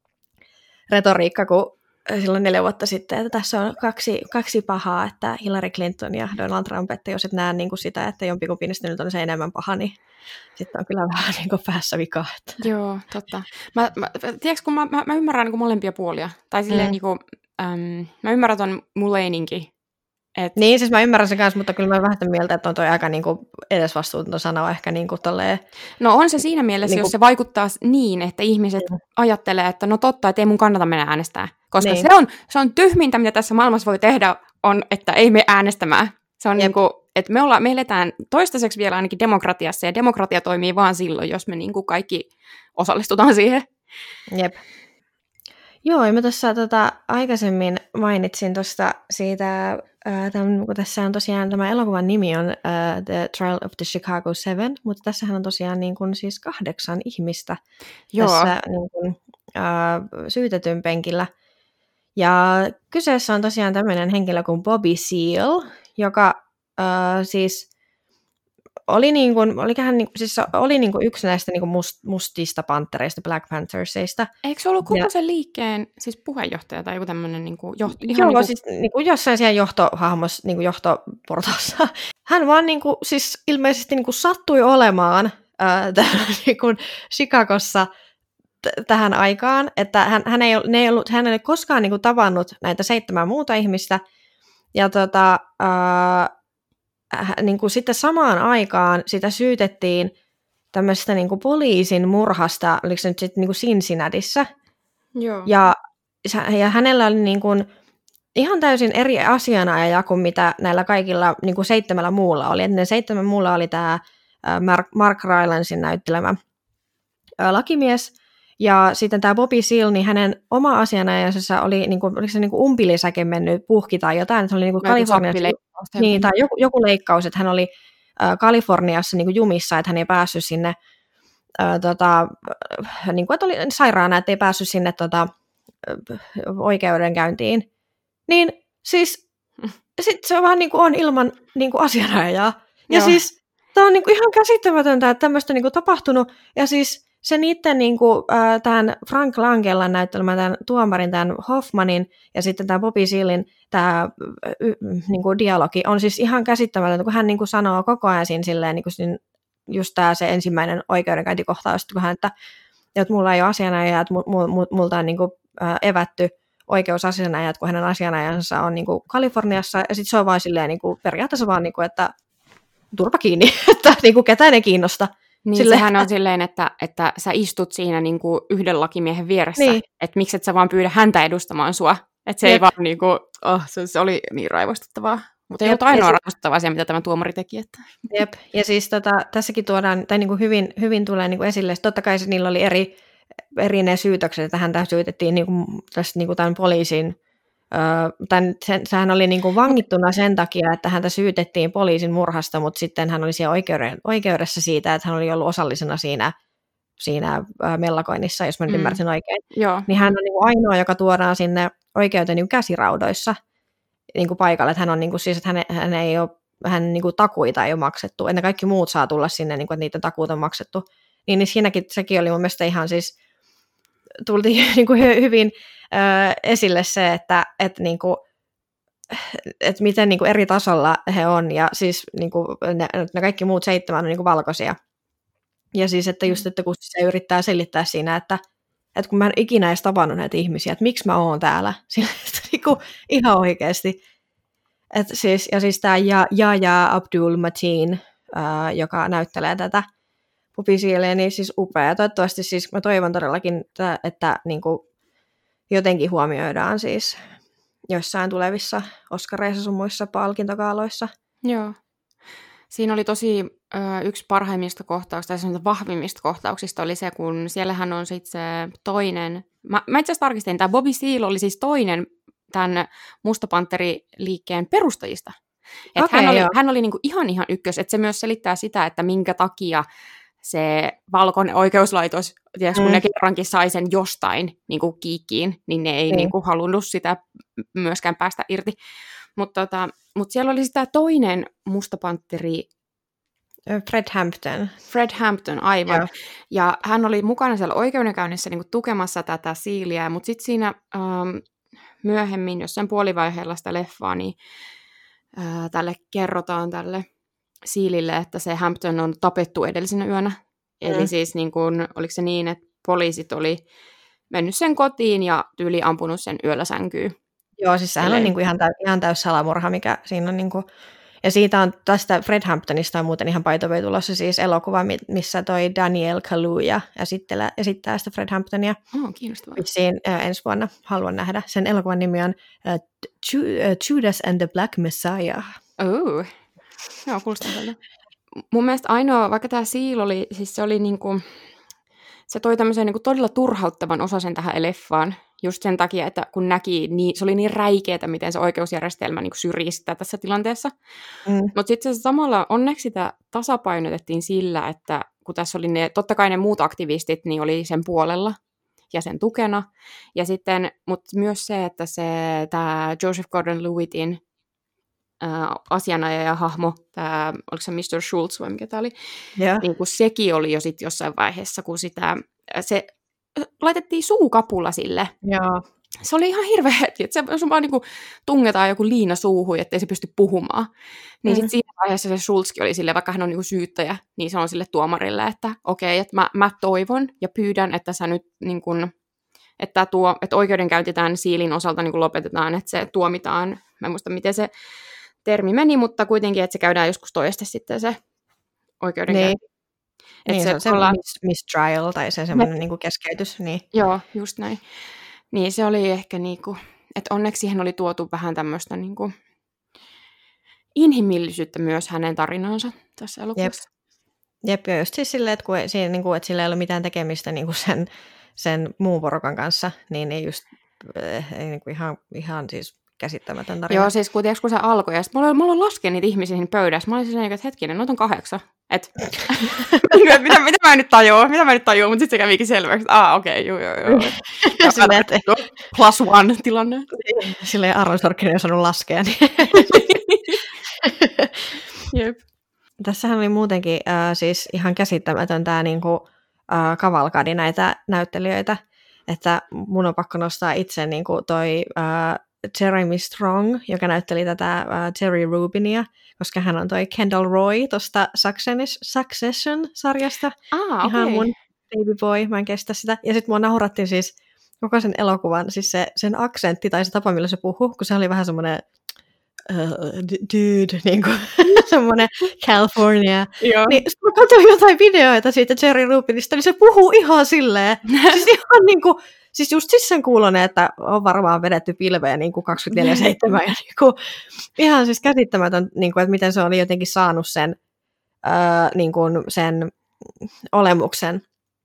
Speaker 1: retoriikka kuin silloin neljä vuotta sitten, että tässä on kaksi, kaksi pahaa, että Hillary Clinton ja Donald Trump, että jos et näe niin kuin sitä, että jompikumpi niistä nyt on se enemmän paha, niin sitten on kyllä vähän niin kuin päässä vikaa. Että.
Speaker 2: Joo, totta. Mä, mä, tiedätkö, kun mä, mä, mä ymmärrän niin kuin molempia puolia, tai silleen mm. niin kuin, äm, mä ymmärrän ton Mulaneynkin. Et...
Speaker 1: Niin, siis mä ymmärrän sen kanssa, mutta kyllä mä vähän mieltä, että on toi aika niinku edesvastuutonta sanoa ehkä niinku tolleen...
Speaker 2: No on se siinä mielessä, niinku... jos se vaikuttaa niin, että ihmiset mm. ajattelee, että no totta, että ei mun kannata mennä äänestää. Koska niin. se, on, se on tyhmintä, mitä tässä maailmassa voi tehdä, on, että ei me äänestämään. Se on niinku, että me, olla, me eletään toistaiseksi vielä ainakin demokratiassa, ja demokratia toimii vaan silloin, jos me niinku kaikki osallistutaan siihen.
Speaker 1: Jep. Joo, mä tuossa tota, aikaisemmin mainitsin tuosta siitä, äh, tämän, kun tässä on tosiaan, tämä elokuvan nimi on uh, The Trial of the Chicago Seven, mutta tässähän on tosiaan niin kuin, siis kahdeksan ihmistä Joo. tässä niin kuin, uh, syytetyn penkillä. Ja kyseessä on tosiaan tämmöinen henkilö kuin Bobby Seale, joka uh, siis... Oli, niin kuin, oliköhän, niin, siis oli niin kuin yksi näistä niin kuin must, mustista panttereista, Black Panthersista.
Speaker 2: Eikö se ollut koko ja, sen liikkeen siis puheenjohtaja tai joku tämmöinen niin kuin johto?
Speaker 1: Joo, niin kuin... siis niin kuin jossain siellä johtohahmossa, niin kuin johtoportaassa. Hän vaan niin kuin, siis ilmeisesti niin kuin sattui olemaan ää, täällä, niin kuin Chicagossa t- tähän aikaan, että hän, hän, ei, ne ei ollut, hän ei ole koskaan niin kuin tavannut näitä seitsemää muuta ihmistä. Ja tota... Ää, niin kuin sitten samaan aikaan sitä syytettiin tämmöistä niin kuin poliisin murhasta, oliko se nyt sitten niin kuin Cincinnatiissa.
Speaker 2: Joo.
Speaker 1: Ja, ja hänellä oli niin kuin ihan täysin eri asianajaja kuin mitä näillä kaikilla niin kuin seitsemällä muulla oli. Et ne seitsemän muulla oli tämä Mark, Mark Rylancein näyttelemä lakimies, ja sitten tämä Bobby Seale, niin hänen oma asianajajansa oli, niin kuin, oliko se niin kuin umpilisäke mennyt puhki tai jotain, että se oli niin kuin Kaliforniassa, niin, tai joku, joku leikkaus, että hän oli äh, Kaliforniassa niin kuin jumissa, että hän ei päässyt sinne, äh, tota, niin kuin, että oli sairaana, että ei päässyt sinne tota, oikeudenkäyntiin. Niin siis sit se vaan niin kuin on ilman niin kuin asianajajaa. Ja Joo. siis tämä on niinku ihan käsittämätöntä, että tämmöistä on niinku tapahtunut. Ja siis se niiden niinku, äh, tämän Frank Langellan näyttelemä tämän tuomarin, tämän Hoffmanin ja sitten tämän Bobby Sealin tämä y, niinku dialogi on siis ihan käsittämätöntä, kun hän niinku sanoo koko ajan siinä silleen, niinku siinä, just tämä se ensimmäinen oikeudenkäyntikohtaus, kun hän, että, että mulla ei ole asianajaa, että multa on niinku, äh, evätty oikeusasianajat, kun hänen asianajansa on niinku Kaliforniassa, ja sitten se on vaan silleen niinku, periaatteessa vaan, niinku, että turpa kiinni, että niinku, ketään ei kiinnosta.
Speaker 2: Niin, silleen, sehän on silleen, että, että sä istut siinä niinku, yhden lakimiehen vieressä, niin. Että miksi et sä vaan pyydä häntä edustamaan sua, että se Jep. ei vaan niinku, oh, se, se oli niin raivostuttavaa. Mutta ei ollut ainoa raivostuttava asia, mitä tämä tuomari teki. Että.
Speaker 1: Jep, ja siis tota, tässäkin tuodaan, tai niinku hyvin, hyvin tulee niinku esille, että totta kai se, niillä oli eri eri ne syytökset, että häntä syytettiin niinku, tästä, niinku tämän poliisin, öö, tämän, sen, sehän oli niinku vangittuna sen takia, että häntä syytettiin poliisin murhasta, mutta sitten hän oli siellä oikeuden, oikeudessa siitä, että hän oli ollut osallisena siinä, siinä öö, mellakoinnissa, jos mä nyt mm. ymmärsin oikein.
Speaker 2: Joo.
Speaker 1: Niin hän on niinku ainoa, joka tuodaan sinne oikeuteen niinku käsiraudoissa niinku paikalle, että hän on niinku, siis, että hän, hän ei ole, hän niinku takuita ei ole maksettu, että kaikki muut saa tulla sinne, niinku, että niiden takuut on maksettu. Niin, niin siinäkin sekin oli mun mielestä ihan siis, tultiin niin kuin hyvin ö, esille se, että et, niin kuin, et miten niin kuin eri tasolla he on, ja siis niin kuin, ne, ne kaikki muut seitsemän on niin kuin valkoisia. Ja siis, että just, että kun se yrittää selittää siinä, että, että kun mä en ikinä edes tavannut näitä ihmisiä, että miksi mä oon täällä, sillä, että niin kuin, ihan oikeasti. Et siis, ja siis tämä Yahya Abdul-Mateen, ö, joka näyttelee tätä Bobby Sealia, niin siis upea. Toivottavasti siis mä toivon todellakin, että, että niin kuin jotenkin huomioidaan siis joissain tulevissa Oscareissa sun muissa palkintokaaloissa.
Speaker 2: Joo. Siinä oli tosi ö, yksi parhaimmista kohtauksista, tai vahvimmista kohtauksista oli se, kun siellähän on sitten se toinen, mä, mä itse asiassa tarkistin, tämä Bobby Seale oli siis toinen tämän Musta Pantteri-liikkeen perustajista. Et okay, hän oli, hän oli niinku ihan ihan ykkös, että se myös selittää sitä, että minkä takia se valkoinen oikeuslaitos, kun mm. ne kerrankin sai sen jostain niin kuin kiikkiin, niin ne ei mm. niin kuin halunnut sitä myöskään päästä irti. Mutta tota, mut siellä oli sitä toinen Musta Pantteri.
Speaker 1: Fred Hampton.
Speaker 2: Fred Hampton, aivan. Yeah. Ja hän oli mukana siellä oikeudenkäynnissä niin kuin tukemassa tätä Sealia, mutta sitten siinä ähm, myöhemmin, jossain puolivaiheella sitä leffaa, niin äh, tälle kerrotaan tälle Sealille, että se Hampton on tapettu edellisenä yönä. Mm. Eli siis niin kun, oliko se niin, että poliisit oli mennyt sen kotiin ja tyyli ampunut sen yöllä sänkyyn.
Speaker 1: Joo, siis sehän Eli... on niin kuin ihan, täys, ihan täys salamurha, mikä siinä on niin kuin... Ja siitä on tästä Fred Hamptonista on muuten ihan paitove tulossa siis elokuva, missä toi Daniel Kaluuya esittää, esittää sitä Fred Hamptonia.
Speaker 2: Oh, kiinnostavaa.
Speaker 1: Vissiin äh, ensi vuonna haluan nähdä. Sen elokuvan nimi on äh, Judas and the Black Messiah.
Speaker 2: Oh. Joo, kuulostaa tältä. Mun mielestä ainoa, vaikka tämä Seal oli, siis se oli niinku, se toi tämmöisen niinku todella turhauttavan osasen tähän leffaan, just sen takia, että kun näki, niin, se oli niin räikeetä, miten se oikeusjärjestelmä niinku syrjii sitä tässä tilanteessa. Mm. Mutta sitten se samalla onneksi sitä tasapainotettiin sillä, että kun tässä oli ne, totta kai ne muut aktivistit, niin oli sen puolella ja sen tukena. Ja sitten, mutta myös se, että se, tämä Joseph Gordon-Lewittin Äh, asianajaja-hahmo, tämä, oliko se mister Schultz vai mikä tämä oli, yeah. niin kun sekin oli jo sit jossain vaiheessa, kun sitä, se laitettiin suukapulla sille.
Speaker 1: Yeah.
Speaker 2: Se oli ihan hirveä hetki, että se, se vaan niin kuin tungetaan joku liina suuhun, ettei se pysty puhumaan. Niin mm. sitten siinä vaiheessa se Schultzkin oli sille, vaikka hän on niin kuin syyttäjä, niin se on sille tuomarille, että okei, okay, että mä, mä toivon ja pyydän, että sä nyt niin kuin, että, tuo, että oikeudenkäynti tämän Sealin osalta niin kuin lopetetaan, että se tuomitaan, mä en muista miten se termi meni, mutta kuitenkin, että se käydään joskus toiste sitten se oikeudenkäynti.
Speaker 1: Niin, niin se, se on olla... se mistrial tai se semmoinen niin kuin keskeytys. Niin.
Speaker 2: Joo, just näin. Niin se oli ehkä niin kuin, että onneksi siihen oli tuotu vähän tämmöistä niin kuin inhimillisyyttä myös hänen tarinaansa tässä elokuvassa.
Speaker 1: Jep, ja just siis silleen, että, kun, siinä, niin kuin, että sillä ei ole mitään tekemistä niin kuin sen, sen muun porukan kanssa, niin ei just ei, niin kuin ihan, ihan siis käsittämätön tarina.
Speaker 2: Joo, siis kun, tiiäks, kun se alkoi, ja sitten mä aloin laskea niitä ihmisiä siinä pöydässä. Mä olin siis että hetkinen, noita on kahdeksan. Et, mitä, mitä, mitä mä nyt tajuun, mitä mä nyt tajuun, mutta sitten se kävikin selväksi, että aah, okei, okay, joo, joo, joo.
Speaker 1: Silleen, että
Speaker 2: plus one tilanne.
Speaker 1: Silleen Aaron Sorkkinen ei osannut laskea. Niin.
Speaker 2: Jep.
Speaker 1: tässähän oli muutenkin äh, siis ihan käsittämätön tämä niinku, äh, kavalkadi näitä näyttelijöitä, että mun on pakko nostaa itse niinku toi äh, Jeremy Strong, joka näytteli tätä äh, Terry Rubinia, koska hän on toi Kendall Roy tuosta Succession-sarjasta.
Speaker 2: Ah,
Speaker 1: ihan
Speaker 2: okay.
Speaker 1: mun baby boy, mä en kestä sitä. Ja sitten mua naurattiin siis koko sen elokuvan, siis se, sen aksentti tai se tapa, millä se puhui, kun se oli vähän semmoinen uh, dude, niin kuin semmoinen California.
Speaker 2: Joo.
Speaker 1: Niin sitten mä katsoin jotain videoita siitä Jerry Rubinista, niin se puhuu ihan silleen, siis ihan niin kuin, siis just siis sen kuulonen, että on varmaan vedetty pilveä niin kuin kaksikymmentäneljä seitsemän. Ja niin kuin, ihan siis käsittämätön, niin kuin, että miten se oli jotenkin saanut sen, uh, niin kuin sen olemuksen.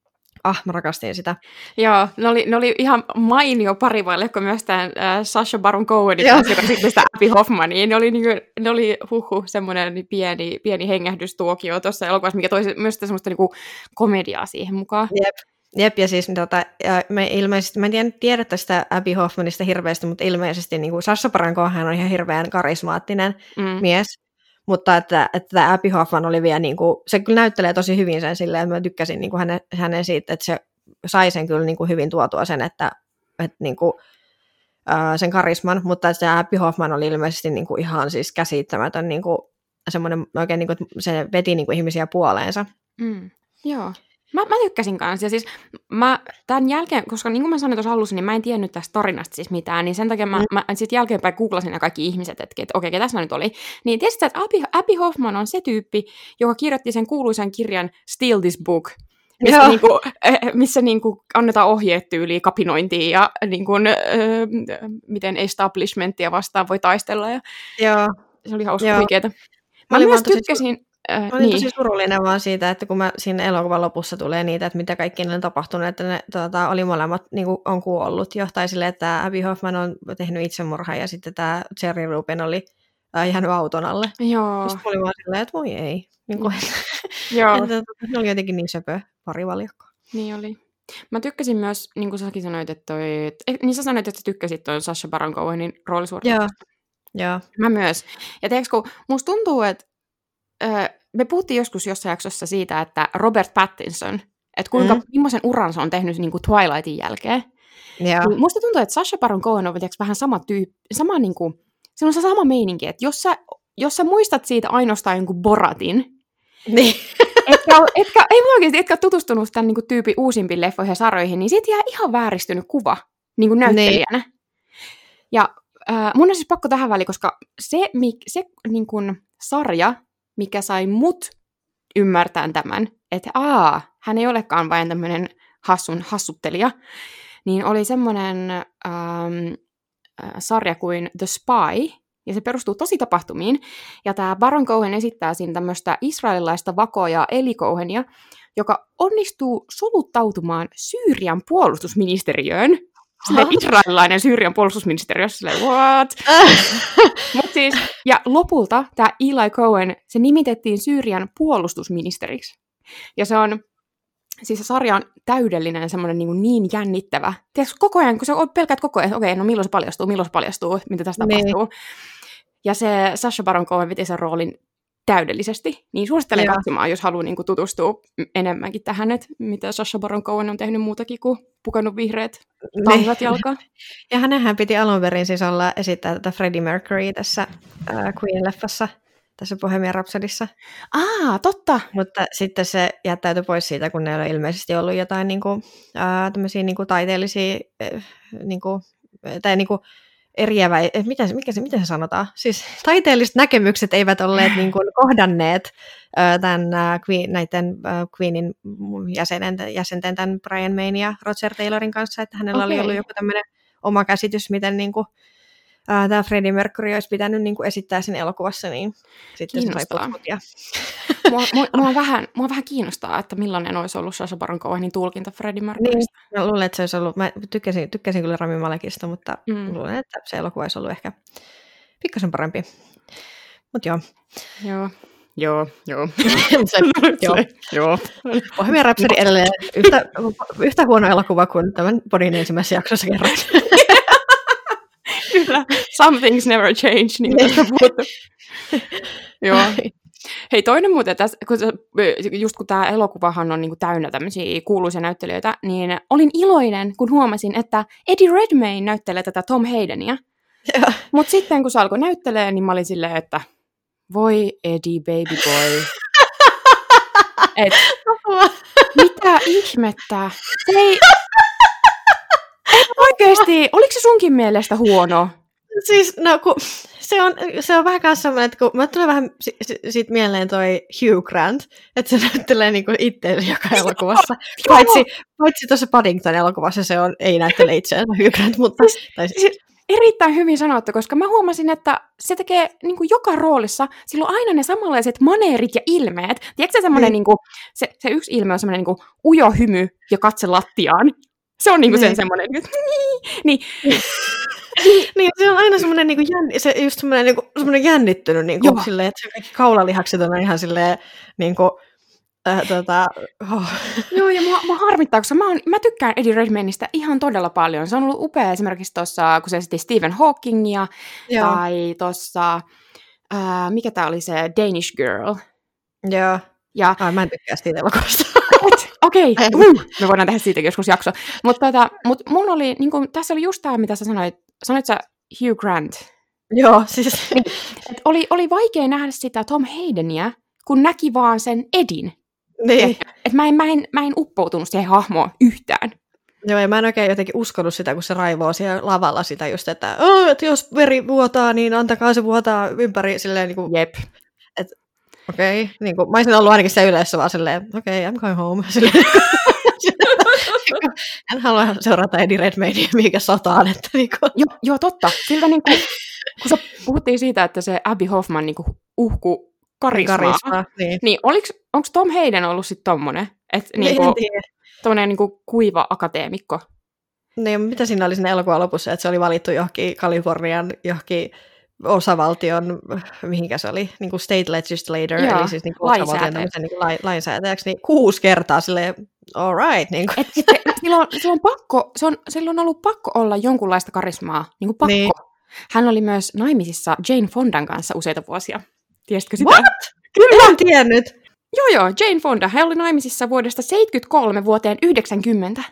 Speaker 1: Ah, mä rakastin sitä.
Speaker 2: Joo, ne oli, ne oli ihan mainio parivaljakko myös tämän äh, Sacha Baron Cohenin kanssa, joka sitten sitä Abby Hoffmania. Ne oli, niin kuin, ne oli huhu, semmoinen pieni, pieni hengähdystuokio tuossa elokuvassa, mikä toi myös semmoista niin kuin komediaa siihen mukaan.
Speaker 1: Jep, Jep ja siis tota, me ilmeisesti, mä en tiedä, tiedä tästä Abby Hoffmanista hirveästi, mutta ilmeisesti niin kuin Sacha Baron Cohen on ihan hirveän karismaattinen mm. mies. Mutta että, että Abby Hoffman oli vielä, niin kuin, se kyllä näyttelee tosi hyvin sen silleen, että mä tykkäsin niin kuin hänen, hänen siitä, että se sai sen kyllä niin kuin hyvin tuotua sen, että, että niin kuin, ää, sen karisman, mutta että se Abby Hoffman oli ilmeisesti niin kuin ihan siis käsittämätön, niin kuin, semmoinen oikein, niin kuin, se veti niin kuin ihmisiä puoleensa.
Speaker 2: Mm. Joo. Mä, mä tykkäsin kanssa, ja siis mä tämän jälkeen, koska niin kuin mä sanoin tuossa alussa, niin mä en tiennyt tästä tarinasta siis mitään, niin sen takia mä, mm. mä sitten jälkeenpäin googlasin nämä kaikki ihmiset, että, että okei, okay, ketäs mä nyt oli. Niin tietysti, että Abby, Abby Hoffman on se tyyppi, joka kirjoitti sen kuuluisan kirjan Steal This Book, missä, niin kuin, missä niin kuin annetaan ohjeet tyyliin kapinointiin ja niin kuin, äh, miten establishmenttia vastaan voi taistella. Ja
Speaker 1: Joo.
Speaker 2: Se oli hauska huikeeta. Mä, mä myös tykkäsin... Su-
Speaker 1: Äh, mä olin niin. tosi surullinen vaan siitä, että kun mä siinä elokuvan lopussa tulee niitä, että mitä kaikki niille on tapahtunut, että ne tota, oli molemmat niin kuin on kuollut jo, tai silleen, että Abby Hoffman on tehnyt itsemurhan ja sitten tämä Jerry Rubin oli äh, jäänyt auton alle.
Speaker 2: Joo.
Speaker 1: Sitten oli vaan silleen, että voi ei. Niin kuin,
Speaker 2: Joo.
Speaker 1: että, ne oli jotenkin niin söpö parivaljakko.
Speaker 2: Niin oli. Mä tykkäsin myös, niin kuin säkin sanoit, että toi, niin sä sanoit, että sä tykkäsit tuon Sacha Baron Cohenin roolisuorituksesta.
Speaker 1: Joo. Joo.
Speaker 2: Mä myös. Ja tiedätkö, kun musta tuntuu, että me puhuttiin joskus jossain jaksossa siitä, että Robert Pattinson, että kuinka mm. millaisen uran se on tehnyt niin kuin Twilightin jälkeen.
Speaker 1: Yeah.
Speaker 2: Niin musta tuntuu, että Sacha Baron Cohen on vähän sama tyyppi, sama niin kuin, se on se sama meininki, että jos sä, jos sä muistat siitä ainoastaan jonkun Boratin,
Speaker 1: niin.
Speaker 2: etkä, etkä, ei mulla oikeasti, etkä tutustunut tämän niin kuin tyypin uusimpiin leffoihin ja sarjoihin, niin siitä jää ihan vääristynyt kuva niin kuin näyttelijänä. Niin. Ja äh, mun on siis pakko tähän väliin, koska se, se niin kuin sarja, mikä sai mut ymmärtämään tämän, että aa, hän ei olekaan vain tämmöinen hassun hassuttelija, niin oli semmoinen ähm, äh, sarja kuin The Spy, ja se perustuu tosi tapahtumiin, ja tämä Baron Cohen esittää siinä tämmöistä israelilaista vakoja Eli Cohenia, joka onnistuu soluttautumaan Syyrian puolustusministeriöön, silleen israelilainen Syyrian puolustusministeriö, silleen what? Mut siis, ja lopulta tämä Eli Cohen, se nimitettiin Syyrian puolustusministeriksi. Ja se on, siis se sarja on täydellinen, semmoinen niin, niin jännittävä. Tiedätkö, koko ajan, kun sä pelkäät koko ajan, okei, okay, no milloin se paljastuu, milloin se paljastuu, mitä tästä
Speaker 1: niin.
Speaker 2: tapahtuu. Ja se Sacha Baron Cohen veti sen roolin täydellisesti. Niin suosittelen
Speaker 1: Joo.
Speaker 2: katsomaan, jos haluaa niin kuin, tutustua enemmänkin tähän, että mitä Sacha Baron Cohen on tehnyt muutakin kuin pukannut vihreät tangat jalkaan.
Speaker 1: Ja hänenhän piti alun perin siis olla esittää tätä Freddie Mercury tässä äh, Queen-leffassa, tässä Bohemian Rhapsodissa.
Speaker 2: Ah, totta.
Speaker 1: Mutta sitten se jättäytyi pois siitä, kun ne oli ilmeisesti ollut jotain niin kuin, äh, tämmöisiä niin kuin taiteellisia, äh, niin kuin, tai niin kuin eriävä, mitä, mikä se, miten se sanotaan? Siis taiteelliset näkemykset eivät olleet niin kuin kohdanneet äh, tämän, äh, Queen, näiden äh, Queenin jäsenen, jäsenten, tämän Brian Mayn ja Roger Taylorin kanssa, että hänellä okay. oli ollut joku tämmöinen oma käsitys, miten niin kuin, äh, tämä Freddie Mercury olisi pitänyt niin kuin esittää sen elokuvassa, niin sitten se sai potkut. Ja...
Speaker 2: mua, mua, mua, vähän, mua vähän kiinnostaa, että millainen olisi ollut Sacha Baron Cohenin tulkinta Freddie Mercurystä.
Speaker 1: Niin, mä luulen, että se olisi ollut, mä tykkäsin, tykkäsin kyllä Rami Malekista, mutta mm. luulen, että se elokuva olisi ollut ehkä pikkasen parempi. Mutta joo.
Speaker 2: Joo, joo, joo.
Speaker 1: se, joo.
Speaker 2: joo.
Speaker 1: Bohemian Rhapsody edelleen yhtä, yhtä huono elokuva kuin tämän podin ensimmäisessä jaksossa kerran.
Speaker 2: Kyllä, some things never change, niin kuin puhuttu. Joo. Hei, toinen muuten, tässä, kun se, just kun tämä elokuvahan on niin kuin täynnä tämmöisiä kuuluisia näyttelijöitä, niin olin iloinen, kun huomasin, että Eddie Redmayne näyttelee tätä Tom Haydenia. Mutta sitten kun se alkoi näyttelee, niin mä olin silleen, että voi Eddie, baby boy. Et, mitä ihmettä? Se ei... Oikeesti, oliko se sunkin mielestä huono?
Speaker 1: Siis, no kun, se on, se on vähän kanssa semmoinen, että kun mä tulee vähän si- si- siitä mieleen toi Hugh Grant, että se näyttelee niinku itseensä joka elokuvassa. Paitsi, paitsi tuossa Paddington-elokuvassa se on, ei näyttele itseensä Hugh Grant, mutta... Tai siis,
Speaker 2: erittäin hyvin sanottu, koska mä huomasin, että se tekee niin kuin joka roolissa, sillä on aina ne samanlaiset maneerit ja ilmeet. Tiedätkö se semmoinen, niin kuin, se, se yksi ilme on semmoinen niin kuin ujo hymy ja katse lattiaan. Se on niin kuin sen semmoinen, niin,
Speaker 1: niin, se on aina semmoinen, niin kuin jänn, se just semmoinen, niin kuin, semmoinen jännittynyt, niin kuin, silleen, että se kaikki kaulalihakset on ihan silleen, niin kuin, äh, tota, oh.
Speaker 2: Joo, ja mua, mua harmittaa, koska mä, on, mä tykkään Eddie Redmayneista ihan todella paljon. Se on ollut upea esimerkiksi tuossa, kun se esitti Stephen Hawkingia, Joo. tai tuossa, äh, mikä tää oli se Danish Girl.
Speaker 1: Joo,
Speaker 2: ja,
Speaker 1: Ai, mä en tykkää siitä elokuvasta.
Speaker 2: Okei, okay. uh, me voidaan tehdä siitäkin joskus jakso. Mutta tota, mut mun oli, niin kun, tässä oli just tämä, mitä sä sanoit, sanoit sä Hugh Grant.
Speaker 1: Joo, siis.
Speaker 2: Niin, et oli, oli vaikea nähdä sitä Tom Haydenia, kun näki vaan sen Edin.
Speaker 1: Niin.
Speaker 2: Et, et mä, en, mä, en, mä en uppoutunut siihen hahmoon yhtään.
Speaker 1: Joo, ja mä en oikein jotenkin uskonut sitä, kun se raivoo siellä lavalla sitä just, että, oh, että jos veri vuotaa, niin antakaa se vuotaa ympäri silleen niin kuin,
Speaker 2: jep.
Speaker 1: Okei, okay. Niin mä olisin ollut ainakin se yleensä vaan silleen, okei, okay, I'm going home. Silleen, en halua seurata Eddie Redmaynea mihinkä sotaan. Että niin kuin.
Speaker 2: Joo, joo, totta. Siltä niin kuin, kun sä puhuttiin siitä, että se Abby Hoffman niin kuin uhku karismaa, karismaa niin, niin onko Tom Hayden ollut sitten tommonen? Että niin kuin, tommonen niin kuin kuiva akateemikko?
Speaker 1: Niin, mitä siinä oli siinä elokuvan lopussa, että se oli valittu johonkin Kalifornian johonkin osavaltion, mihinkä se oli, niin kuin state legislator, Joo, eli siis niin kuin osavaltion niin kuin la, lainsäätäjäksi, niin kuusi kertaa silleen, all right. Niin kuin.
Speaker 2: Et, et, sillä, on, sillä, on pakko, se on, sillä on ollut pakko olla jonkunlaista karismaa, niin kuin pakko. Niin. Hän oli myös naimisissa Jane Fondan kanssa useita vuosia. Tiesitkö sitä?
Speaker 1: What? Kyllä en tiennyt.
Speaker 2: Joo, joo, Jane Fonda. Hän oli naimisissa vuodesta seitsemänkymmentäkolme vuoteen yhdeksänkymmentä.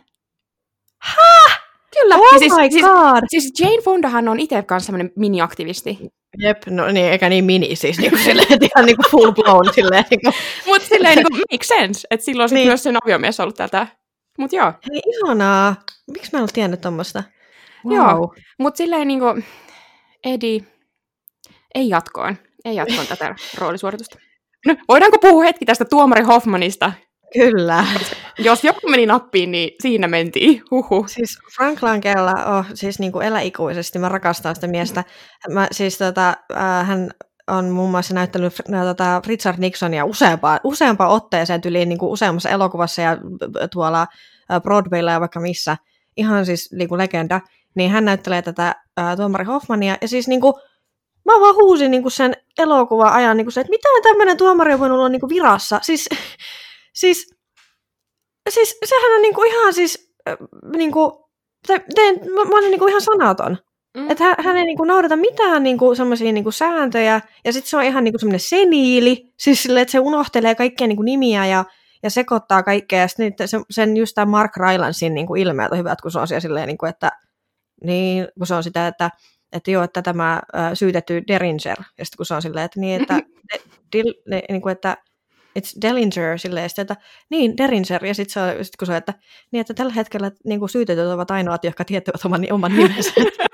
Speaker 1: Häh?
Speaker 2: Kyllä.
Speaker 1: Oh
Speaker 2: siis,
Speaker 1: my
Speaker 2: siis,
Speaker 1: god.
Speaker 2: Siis Jane Fondahan on itse kanssa semmoinen mini-aktivisti.
Speaker 1: Jep, no niin, eikä niin mini siis, niin kuin silleen, ihan niin kuin full blown silleen. Niin kuin.
Speaker 2: Mutta silleen niin kuin make sense, että silloin niin. Myös sen aviomies ollut tätä. Mut joo.
Speaker 1: Hei, ihanaa. Miksi mä en ollut tiennyt tommoista?
Speaker 2: Wow. Joo, mutta silleen niin kuin Eddie, ei jatkoon. Ei jatkoon tätä roolisuoritusta. No, voidaanko puhua hetki tästä tuomari Hoffmanista?
Speaker 1: Kyllä.
Speaker 2: Jos joku meni nappiin, niin siinä mentiin. Huhu.
Speaker 1: Siis Frank Langella on siis niin kuin eläikuisesti. Mä rakastan sitä miestä. Mä, siis tota, äh, hän on muun muassa näyttänyt äh, tota, Richard Nixonia useampaan, useampaan otteeseen tyliin niin kuin useammassa elokuvassa ja tuolla äh, Broadwaylla ja vaikka missä. Ihan siis niin kuin legenda. Niin hän näyttelee tätä äh, tuomari Hoffmania. Ja siis niin kuin, mä vaan huusin niin kuin sen elokuvan ajan, niin kuin se, että mitä tämmöinen tuomari on voinut olla niin kuin virassa. Siis... Siis, siis sehän on niinku ihan siis, äh, niinku, te, te, mä, mä olen niinku ihan sanaton. Mm. Että hän, hän ei niinku noudata mitään niinku semmoisia niinku sääntöjä, ja sitten se on ihan niinku semmoinen seniili, siis silleen, että se unohtelee kaikkia niinku nimiä ja, ja sekoittaa kaikkea, ja sitten se, sen just tämä Mark Rylancein niinku ilmeet on hyvät, kun se on siellä silleen, niinku, että, niin, kun se on sitä, että, että joo, että tämä äh, syytetty Derringer, ja sitten kun se on silleen, että niin, että, de, de, de, niinku, että it's Dellinger, silleen, että niin, Derringer, ja sitten sit kun se on, että, niin, että tällä hetkellä niin kuin syytetyt ovat ainoat, jotka tietävät oman, oman nimensä.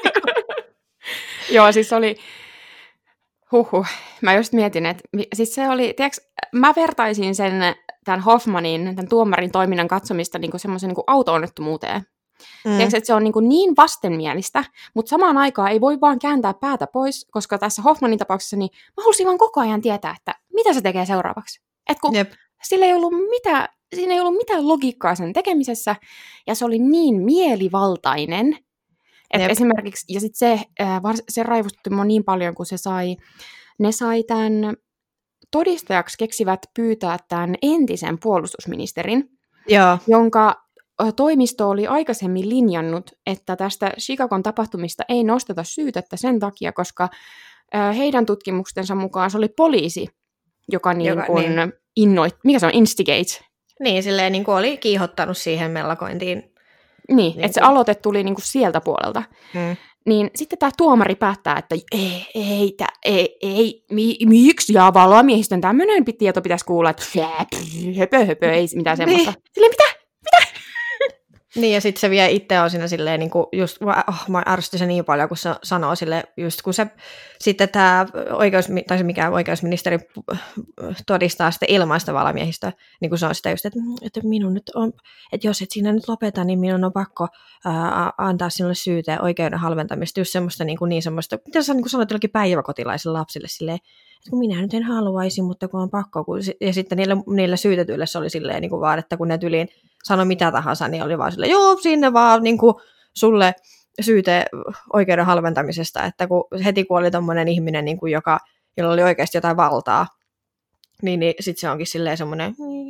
Speaker 2: Joo, siis oli, huhhuh, mä just mietin, että siis se oli, tiedätkö, mä vertaisin sen, tämän Hoffmanin, tämän tuomarin toiminnan katsomista niin kuin semmoisen niin kuin auto-onnettomuuteen. Mm. Tiedätkö, että se on niin, kuin niin vastenmielistä, mutta samaan aikaan ei voi vaan kääntää päätä pois, koska tässä Hoffmanin tapauksessa niin mä halusin vaan koko ajan tietää, että mitä se tekee seuraavaksi. Että kun Jep. sillä ei ollut mitään, siinä ei ollut mitään logiikkaa sen tekemisessä, ja se oli niin mielivaltainen, että esimerkiksi, ja sitten se, äh, se raivostutti mua niin paljon, kun se sai, ne sai tämän todistajaksi keksivät pyytää tämän entisen puolustusministerin,
Speaker 1: Joo.
Speaker 2: jonka toimisto oli aikaisemmin linjannut, että tästä Chicagon tapahtumista ei nosteta syytettä sen takia, koska äh, heidän tutkimuksensa mukaan se oli poliisi, joka, niin
Speaker 1: Joka-
Speaker 2: kuin
Speaker 1: niin.
Speaker 2: innoit, mikä se on, instigate?
Speaker 1: Niin, silleen niin kuin oli kiihottanut siihen mellakointiin.
Speaker 2: Niin,
Speaker 1: Niin
Speaker 2: että se
Speaker 1: kuin-
Speaker 2: aloite tuli niin kuin sieltä puoleltä.
Speaker 1: Mm.
Speaker 2: Niin sitten tämä tuomari päättää, että ei, ei, tää, ei, ei mi, miksi, ja valamiehistön tämmöinen tieto pitäisi kuulla, että höpö, höpö, ei mitään semmoista.
Speaker 1: Niin.
Speaker 2: Silleen, mitä?
Speaker 1: Niin, ja sitten se vie itse on siinä silleen, niin kuin just, oh, mä ärsytti se niin paljon, kun se sanoo sille, just kun se, sitten tämä oikeus, tai se mikä oikeusministeri todistaa sitten ilmaista valamiehistöä, niin kuin se on sitä just, että, että minun nyt on, että jos et siinä nyt lopeta, niin minun on pakko ää, antaa sinulle syyte oikeuden halventamista, just semmoista niin, kuin niin semmoista, mitä sä niin kuin sanoit jollekin päiväkotilaisille lapsille silleen, että kun minä nyt en haluaisi, mutta kun on pakko, kun, ja sitten niillä, niillä syytetyille se oli silleen niin kuin vaan, että kun ne tyliin sano mitä tahansa, niin oli vaan silleen, joo, sinne vaan niin kuin sulle syyte oikeuden halventamisesta, että kun heti kun oli tommoinen ihminen, niin kuin joka, jolla oli oikeasti jotain valtaa, niin, niin sitten se onkin silleen semmoinen,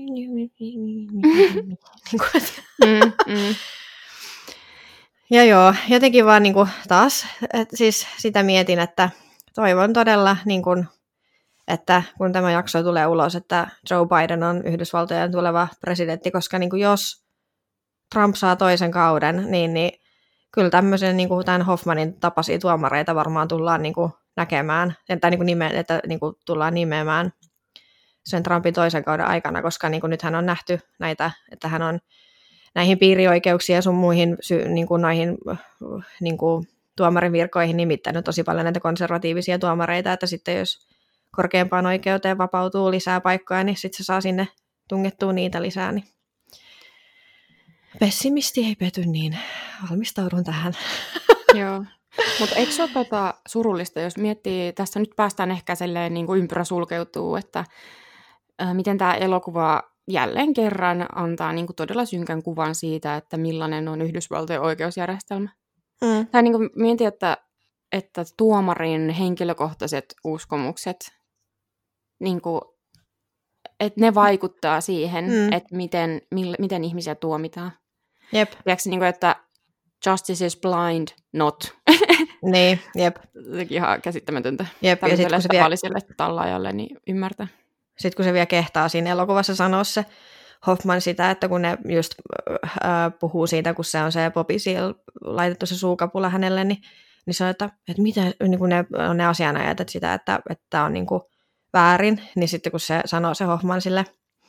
Speaker 1: niin kuin,
Speaker 2: Mm, mm.
Speaker 1: ja joo, jotenkin vaan niin kuin taas, että siis sitä mietin, että toivon todella, niin kuin, että kun tämä jakso tulee ulos, että Joe Biden on Yhdysvaltojen tuleva presidentti, koska niin kuin jos Trump saa toisen kauden, niin, niin kyllä tämmöisen niin kuin tämän Hoffmanin tapaisia tuomareita varmaan tullaan niin kuin näkemään, tai niin kuin nime, että niin kuin tullaan nimeämään sen Trumpin toisen kauden aikana, koska niin kuin nythän on nähty näitä, että hän on näihin piirioikeuksiin ja sun muihin niin kuin noihin niin kuin tuomarin virkoihin nimittänyt tosi paljon näitä konservatiivisia tuomareita, että sitten jos korkeimpaan oikeuteen vapautuu lisää paikkoja, niin sitten se saa sinne tungettua niitä lisää. Niin pessimisti ei pety, niin valmistaudun tähän.
Speaker 2: Joo. Mutta eikö se ole tota surullista, jos miettii, tässä nyt päästään ehkä silleen, niin kuin ympyrä sulkeutuu, että ää, miten tämä elokuva jälleen kerran antaa niin kuin todella synkän kuvan siitä, että millainen on Yhdysvaltojen oikeusjärjestelmä.
Speaker 1: Mm.
Speaker 2: Tai niin kuin mietin, että, että tuomarin henkilökohtaiset uskomukset, niin kuin, että ne vaikuttaa siihen,
Speaker 1: Mm.
Speaker 2: että miten, mil, miten ihmisiä tuomitaan.
Speaker 1: Jep.
Speaker 2: Tiedätkö, niin kuin, että justice is blind, not.
Speaker 1: Niin, jep.
Speaker 2: Sekin ihan käsittämätöntä
Speaker 1: Jep. Ja sitten kun, se vie,
Speaker 2: tavalliselle tallaajalle niin ymmärtää.
Speaker 1: sit, kun se vielä kehtaa siinä elokuvassa sanoa se Hoffman sitä, että kun ne just äh, puhuu siitä, kun se on se Bobby Seale laitettu se suukapula hänelle, niin, niin se on, että, että mitä, niin kun ne on ne asianajat, että sitä, että, että on niin kuin väärin, niin sitten kun se sanoo se Hoffman sille,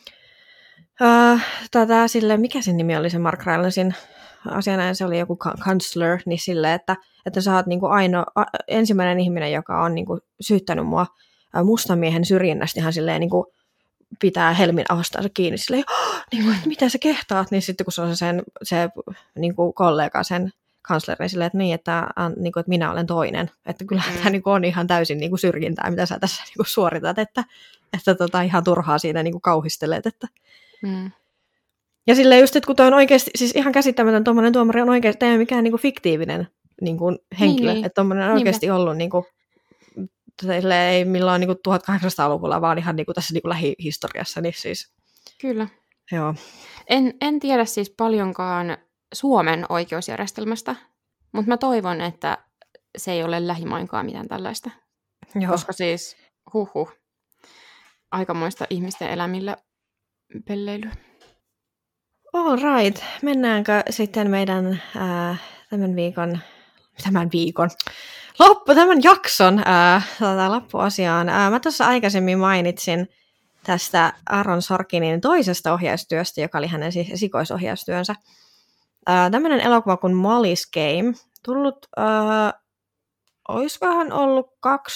Speaker 1: äh, tätä, sille, mikä sen nimi oli se Mark Rylancein asianajan, se oli joku counselor, niin sille, että, että sä oot niin kuin ainoa, a, ensimmäinen ihminen, joka on niin kuin syyttänyt mua ä, mustan miehen syrjinnästä, ihan silleen niin kuin pitää helmin ahostansa kiinni, silleen, oh, niin kuin, että mitä sä kehtaat, niin sitten kun se on se, sen, se niin kuin kollega, sen kanslerin silleen, että niin, että, niin kuin, että minä olen toinen, että kyllähän mm. tämä niin kuin on ihan täysin niin kuin syrjintää, mitä sä tässä niin kuin suoritat, että, että tota, ihan turhaa siinä niin kuin kauhistelet, että
Speaker 2: Mm.
Speaker 1: ja silleen just, että kun toi on oikeasti, siis ihan käsittämätön, tuommoinen tuomari on oikeasti, ei ole mikään niinku fiktiivinen niinku henkilö,
Speaker 2: Niin,
Speaker 1: että tuommoinen on oikeasti ollut, niinku, ei milloin niinku tuhatkahdeksansataaluvulla, vaan ihan niinku tässä niinku lähihistoriassa, niin siis.
Speaker 2: Kyllä.
Speaker 1: Joo.
Speaker 2: En, en tiedä siis paljonkaan Suomen oikeusjärjestelmästä, mutta mä toivon, että se ei ole lähimainkaan mitään tällaista.
Speaker 1: Joo.
Speaker 2: Koska siis, huhhuh, aikamoista ihmisten elämillä pelleilyä.
Speaker 1: All right. Mennäänkö sitten meidän ää, tämän viikon, tämän viikon, loppu, tämän jakson ää, tota, loppuasiaan. Ää, mä tuossa aikaisemmin mainitsin tästä Aaron Sorkinin toisesta ohjaustyöstä, joka oli hänen siis esikoisohjaustyönsä. Ää, tämmöinen elokuva kuin Molly's Game, tullut, ää, olisikohan ollut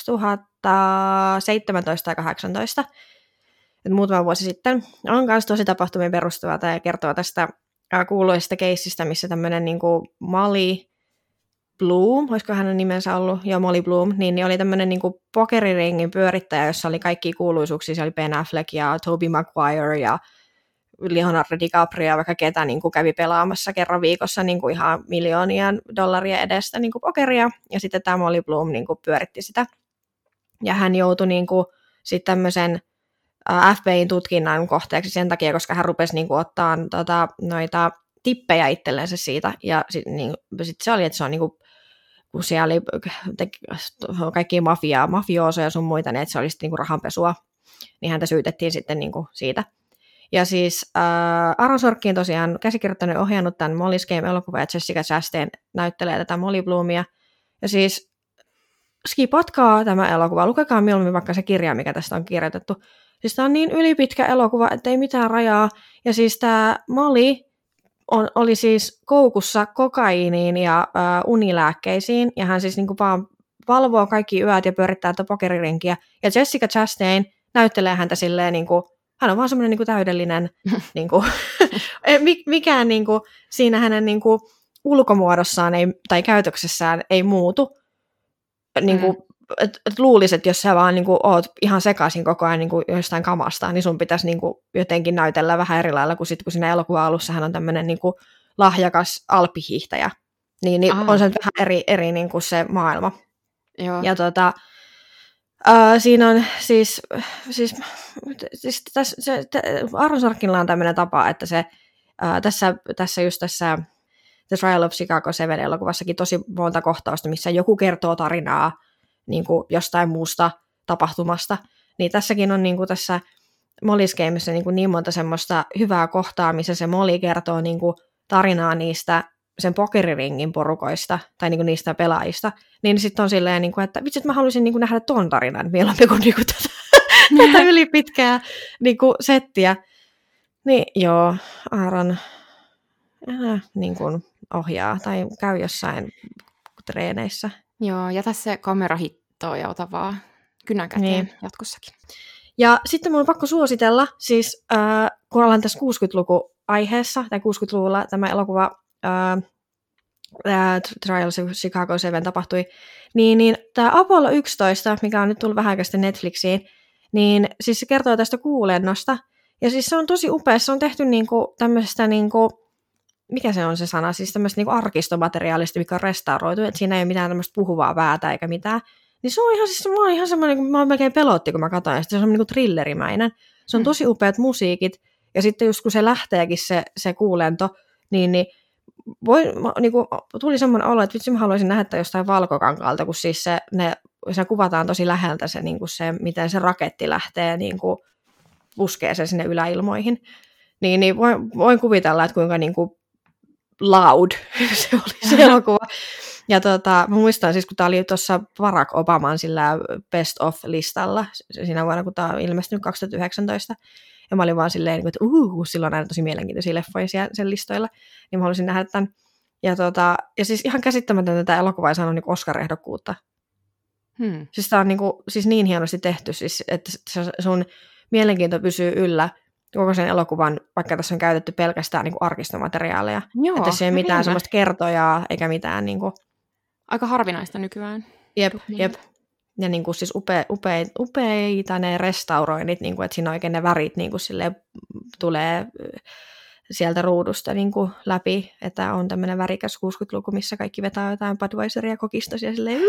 Speaker 1: kaksituhattaseitsemäntoista tai kahdeksantoista, muutama vuosi sitten, on myös tosi tapahtumien perustuva tai kertoo tästä kuuluisesta keissistä, missä tämmöinen niin kuin Molly Bloom, olisiko hänen nimensä ollut, joo Molly Bloom, niin, niin oli tämmöinen niin kuin pokeriringin pyörittäjä, jossa oli kaikki kuuluisuuksia, se oli Ben Affleck ja Tobey Maguire ja Leonardo DiCaprio ja vaikka ketä niin kuin kävi pelaamassa kerran viikossa niin kuin ihan miljoonien dollarien edestä niin kuin pokeria, ja sitten tämä Molly Bloom niin kuin pyöritti sitä, ja hän joutui niin kuin sitten tämmöisen F B I:n tutkinnan kohteeksi sen takia, koska hän rupesi niin kuin ottaa tota, noita tippejä itsellensä siitä, ja sitten niin, sit se oli, että se on niin kuin, kun siellä oli te, kaikkia mafiaa, mafioosoja ja sun muita, niin että se oli sitten niin kuin rahanpesua. niin häntä syytettiin sitten niin kuin siitä. Ja siis äh, Aaron Sorkin tosiaan käsikirjoittanut ja ohjannut tämän Molly's Game-elokuva, ja Jessica Chastain näyttelee tätä Molly Bloomia. Ja siis skipatkaa tämä elokuva, lukekaa mieluummin vaikka se kirja, mikä tästä on kirjoitettu. Siis tämä on niin ylipitkä elokuva, että ei mitään rajaa. Ja siis tämä Molly on, oli siis koukussa kokaiiniin ja äh, unilääkkeisiin, ja hän siis niinku vaan valvoo kaikki yöt ja pyörittää tätä pokeririnkiä. Ja Jessica Chastain näyttelee häntä silleen, niinku, hän on vaan semmoinen niinku täydellinen, niinku, mikään niinku, siinä hänen niinku, ulkomuodossaan ei, tai käytöksessään ei muutu. Niinku, mm. et, et luulisi, että jos sä vaan niinku, oot ihan sekaisin koko ajan niinku, jostain kamasta, niin sun pitäisi niinku, jotenkin näytellä vähän eri lailla, kuin sit, kun siinä elokuvan alussa hän on tämmöinen niinku, lahjakas alppihiihtäjä. Niin, niin on se vähän eri, eri niinku, se maailma.
Speaker 2: Joo.
Speaker 1: Ja tota, uh, siinä on siis, siis, siis tässä, se, Aaron Sorkinilla on tämmöinen tapa, että se uh, tässä, tässä just tässä The Trial of Chicago seven -elokuvassakin tosi monta kohtausta, missä joku kertoo tarinaa niin kuin jostain muusta tapahtumasta. Niin tässäkin on niin kuin tässä Molly's Gamessa niin, kuin niin monta semmoista hyvää kohtaa, missä se Molly kertoo niin kuin tarinaa niistä sen pokeriringin porukoista tai niin kuin niistä pelaajista. Niin sitten on silleen, niin kuin, että vitsi, että mä haluaisin niin kuin nähdä ton tarinan mieluummin kuin, niin kuin tätä, tätä ylipitkää niin kuin settiä. Niin joo, Aaron äh, niin kuin ohjaa tai käy jossain treeneissä.
Speaker 2: Joo, ja tässä kamera hittoo ja ota vaan kynän käteen niin jatkossakin.
Speaker 1: Ja sitten mun on pakko suositella, siis äh, kun ollaan tässä kuusikymmentäluku aiheessa, tai kuusikymmentäluvulla tämä elokuva äh, äh, Trial of Chicago seven tapahtui, niin, niin tämä Apollo yksitoista, mikä on nyt tullut vähän aikaa Netflixiin, niin siis se kertoo tästä kuulennosta, ja siis se on tosi upea, se on tehty niinku tämmöisestä niinku, mikä se on se sana, siis tämmöistä niinku arkistomateriaalista, mikä on restauroitu, että siinä ei ole mitään tämmöistä puhuvaa päätä eikä mitään. Niin se on ihan, siis, mä oon ihan semmoinen, kun mä oon melkein pelotti, kun mä katsoin, ja se on niinku thrillerimäinen. Se on tosi upeat musiikit, ja sitten just kun se lähteekin se, se kuulento, niin, niin voi, mä, niinku, tuli semmoinen olo, että vitsi mä haluaisin nähdä jostain valkokankaalta, kun siis se, ne, se kuvataan tosi läheltä se, niinku se, miten se raketti lähtee niinku, puskee sen sinne yläilmoihin. Niin, niin voin, voin kuvitella, että kuinka niinku, loud se oli se elokuva. Ja tota, mä muistan siis, kun tää oli tuossa Barack Obaman sillä Best of-listalla siinä vuonna, kun tää on ilmestynyt kaksituhattayhdeksäntoista. Ja mä olin vaan silleen, että uhuhu, silloin aina tosi mielenkiintoisia leffoja sen listoilla. Niin mä haluaisin nähdä tämän. Ja, tota, ja siis ihan käsittämätöntä tämä elokuva ei saanut niinku Oscar-ehdokkuutta. Hmm. Siis tää on niinku, siis niin hienosti tehty, siis, että sun mielenkiinto pysyy yllä koko sen elokuvan, vaikka tässä on käytetty pelkästään niin kuin arkistomateriaaleja. Joo, että se ei ole mitään hyvä. Semmoista kertojaa, eikä mitään niin kuin...
Speaker 2: Aika harvinaista nykyään.
Speaker 1: Jep, jep. Ja niin kuin siis upe, upe, upeita ne restauroinnit, niin kuin, että siinä oikein ne värit niin kuin silleen, tulee sieltä ruudusta niin kuin läpi, että on tämmöinen värikäs kuusikymmentäluku, missä kaikki vetää jotain Budweiseria kokistosia silleen...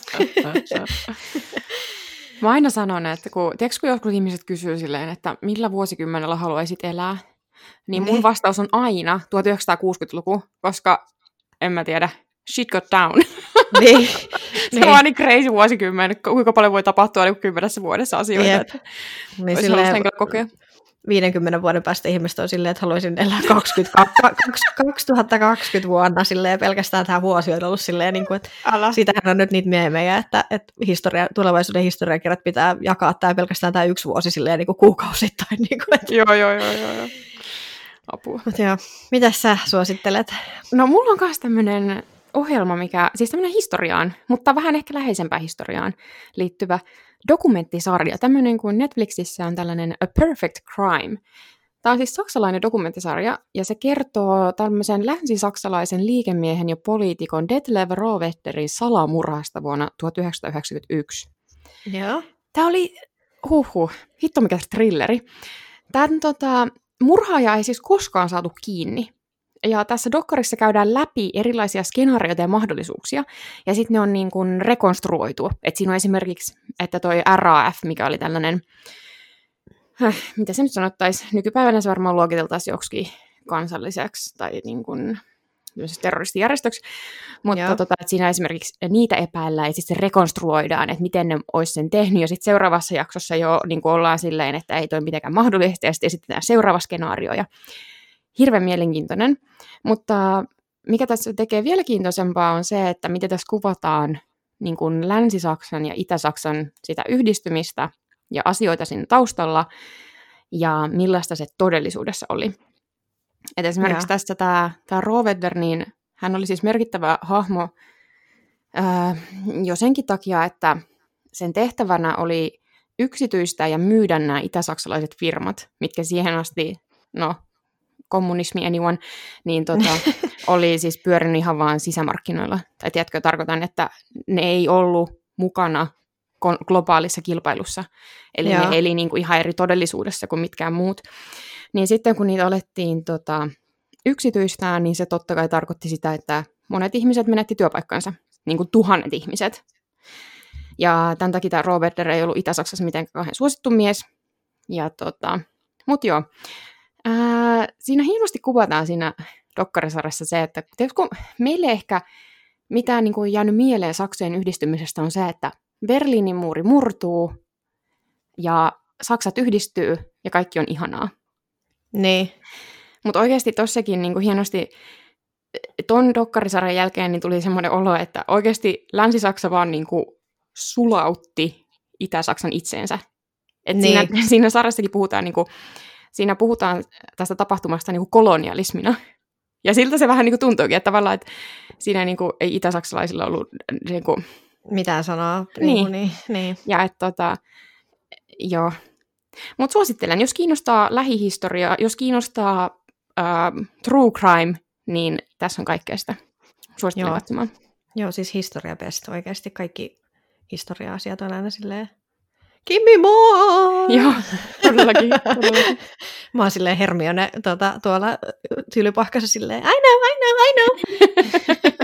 Speaker 2: Mä aina sanon, että kun, tiedätkö, kun joskus ihmiset kysyy silleen, että millä vuosikymmenellä haluaisit elää, niin mun vastaus on aina tuhatyhdeksänsataakuusikymmentäluku, koska en mä tiedä, shit got down.
Speaker 1: Niin.
Speaker 2: Se on vaan niin crazy vuosikymmen, kuinka paljon voi tapahtua niin kymmenessä vuodessa asioita. Yep. Että niin olisi halunnut kokea.
Speaker 1: viidenkymmenen vuoden päästä ihmiset on silleen, että haluaisin elää kaksituhattakaksikymmentä vuonna silleen, pelkästään tämä vuosi on ollut silleen, niin kuin, että Älä. Siitähän on nyt niitä meemejä, että, että historia, tulevaisuuden historiakirjat pitää jakaa tämä pelkästään tämä yksi vuosi silleen, niin kuin kuukausittain. Niin kuin, että...
Speaker 2: Joo, joo, joo, joo, joo. Apua.
Speaker 1: Mut joo, mitäs sä suosittelet?
Speaker 2: No mulla on myös tämmöinen ohjelma, mikä, siis tämmöinen historiaan, mutta vähän ehkä läheisempään historiaan liittyvä dokumenttisarja. Tämmöinen kuin Netflixissä on tällainen A Perfect Crime. Tämä on siis saksalainen dokumenttisarja, ja se kertoo tämmöisen länsi-saksalaisen liikemiehen ja poliitikon Detlev Rohwedderin salamurhasta vuonna tuhatyhdeksänsataayhdeksänkymmentäyksi.
Speaker 1: Joo.
Speaker 2: Tämä oli, huhhuh, hitto mikä thrilleri. Tämän tota, murhaaja ei siis koskaan saatu kiinni. Ja tässä dokkarissa käydään läpi erilaisia skenaarioita ja mahdollisuuksia, ja sitten ne on niin kuin rekonstruoitu. Et siinä on esimerkiksi, että toi R A F, mikä oli tällainen, äh, mitä se nyt sanottaisiin, nykypäivänä se varmaan luokiteltaisiin joksikin kansalliseksi tai niin kuin terroristijärjestöksi, mutta tota, että siinä esimerkiksi niitä epäillään ja sitten se rekonstruoidaan, että miten ne olisi sen tehnyt, ja sitten seuraavassa jaksossa jo niin kuin ollaan silleen, että ei toi mitenkään mahdollista, ja sitten esitetään seuraava skenaario, ja hirveän mielenkiintoinen, mutta mikä tässä tekee vielä kiintoisempaa on se, että miten tässä kuvataan niin kuin Länsi-Saksan ja Itä-Saksan sitä yhdistymistä ja asioita siinä taustalla, ja millaista se todellisuudessa oli. Et esimerkiksi ja. tässä tämä, tämä Rohwedder, niin hän oli siis merkittävä hahmo ää, jo senkin takia, että sen tehtävänä oli yksityistää ja myydä nämä itäsaksalaiset firmat, mitkä siihen asti, no kommunismi anyone, niin tota, oli siis pyörinyt ihan vaan sisämarkkinoilla. Tai tiedätkö, tarkoitan, että ne ei ollut mukana globaalissa kilpailussa. Eli Joo. ne eli niin kuin ihan eri todellisuudessa kuin mitkään muut. Niin sitten kun niitä alettiin tota, yksityistää, niin se totta kai tarkoitti sitä, että monet ihmiset menetti työpaikkansa. Niin kuin tuhannet ihmiset. Ja tämän takia tämä Rohwedder ei ollut Itä-Saksassa mitenkään kauhean suosittu mies. Ja tota, mut joo. Ää, siinä hienosti kuvataan siinä dokkarisarjassa se, että kun meille ehkä mitään niin kuin jäänyt mieleen Saksojen yhdistymisestä on se, että Berliinin muuri murtuu ja Saksat yhdistyy ja kaikki on ihanaa.
Speaker 1: Niin.
Speaker 2: Mutta oikeasti tossakin niin kuin hienosti ton dokkarisarjan jälkeen niin tuli semmoinen olo, että oikeasti Länsi-Saksa vaan niin kuin sulautti Itä-Saksan itseensä. Et niin. siinä, siinä sarjassakin puhutaan, niin kuin, siinä puhutaan tästä tapahtumasta niin kuin kolonialismina. Ja siltä se vähän niin kuin tuntuukin, että tavallaan että siinä niin kuin, ei itä-saksalaisilla ollut niin kuin,
Speaker 1: mitään sanoa.
Speaker 2: Niin.
Speaker 1: niin, niin.
Speaker 2: Ja että tota, joo. Mutta suosittelen, jos kiinnostaa lähihistoria, jos kiinnostaa uh, true crime, niin tässä on kaikkea sitä. Suosittelen joo. katsomaan.
Speaker 1: Joo, siis historia best. Oikeasti kaikki historia-asiat on aina silleen, give me more!
Speaker 2: Joo, todellakin. todellakin.
Speaker 1: Mä oon silleen Hermione tuota, tuolla Tylypahkassa silleen, I know, I know, I know!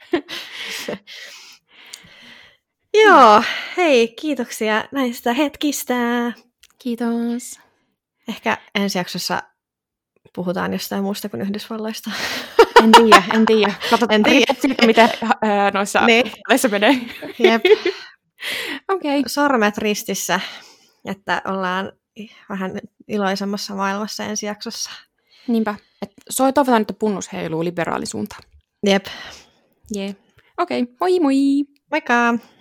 Speaker 1: Joo, hei, kiitoksia näistä hetkistä.
Speaker 2: Kiitos.
Speaker 1: Ehkä ensi jaksossa puhutaan jostain muusta kuin Yhdysvalloista.
Speaker 2: En tiedä, en tiedä. Katsotaan siitä, miten äh, noissa
Speaker 1: niin.
Speaker 2: vaaleissa menee.
Speaker 1: Jep.
Speaker 2: Okei. Okay.
Speaker 1: Sormet ristissä, että ollaan vähän iloisemmassa maailmassa ensi jaksossa.
Speaker 2: Niinpä. Et soi toivotaan, että punnus heiluu liberaalisuuntaan.
Speaker 1: Jep.
Speaker 2: Jee. Yeah. Okei, okay. Moi moi!
Speaker 1: Moikka!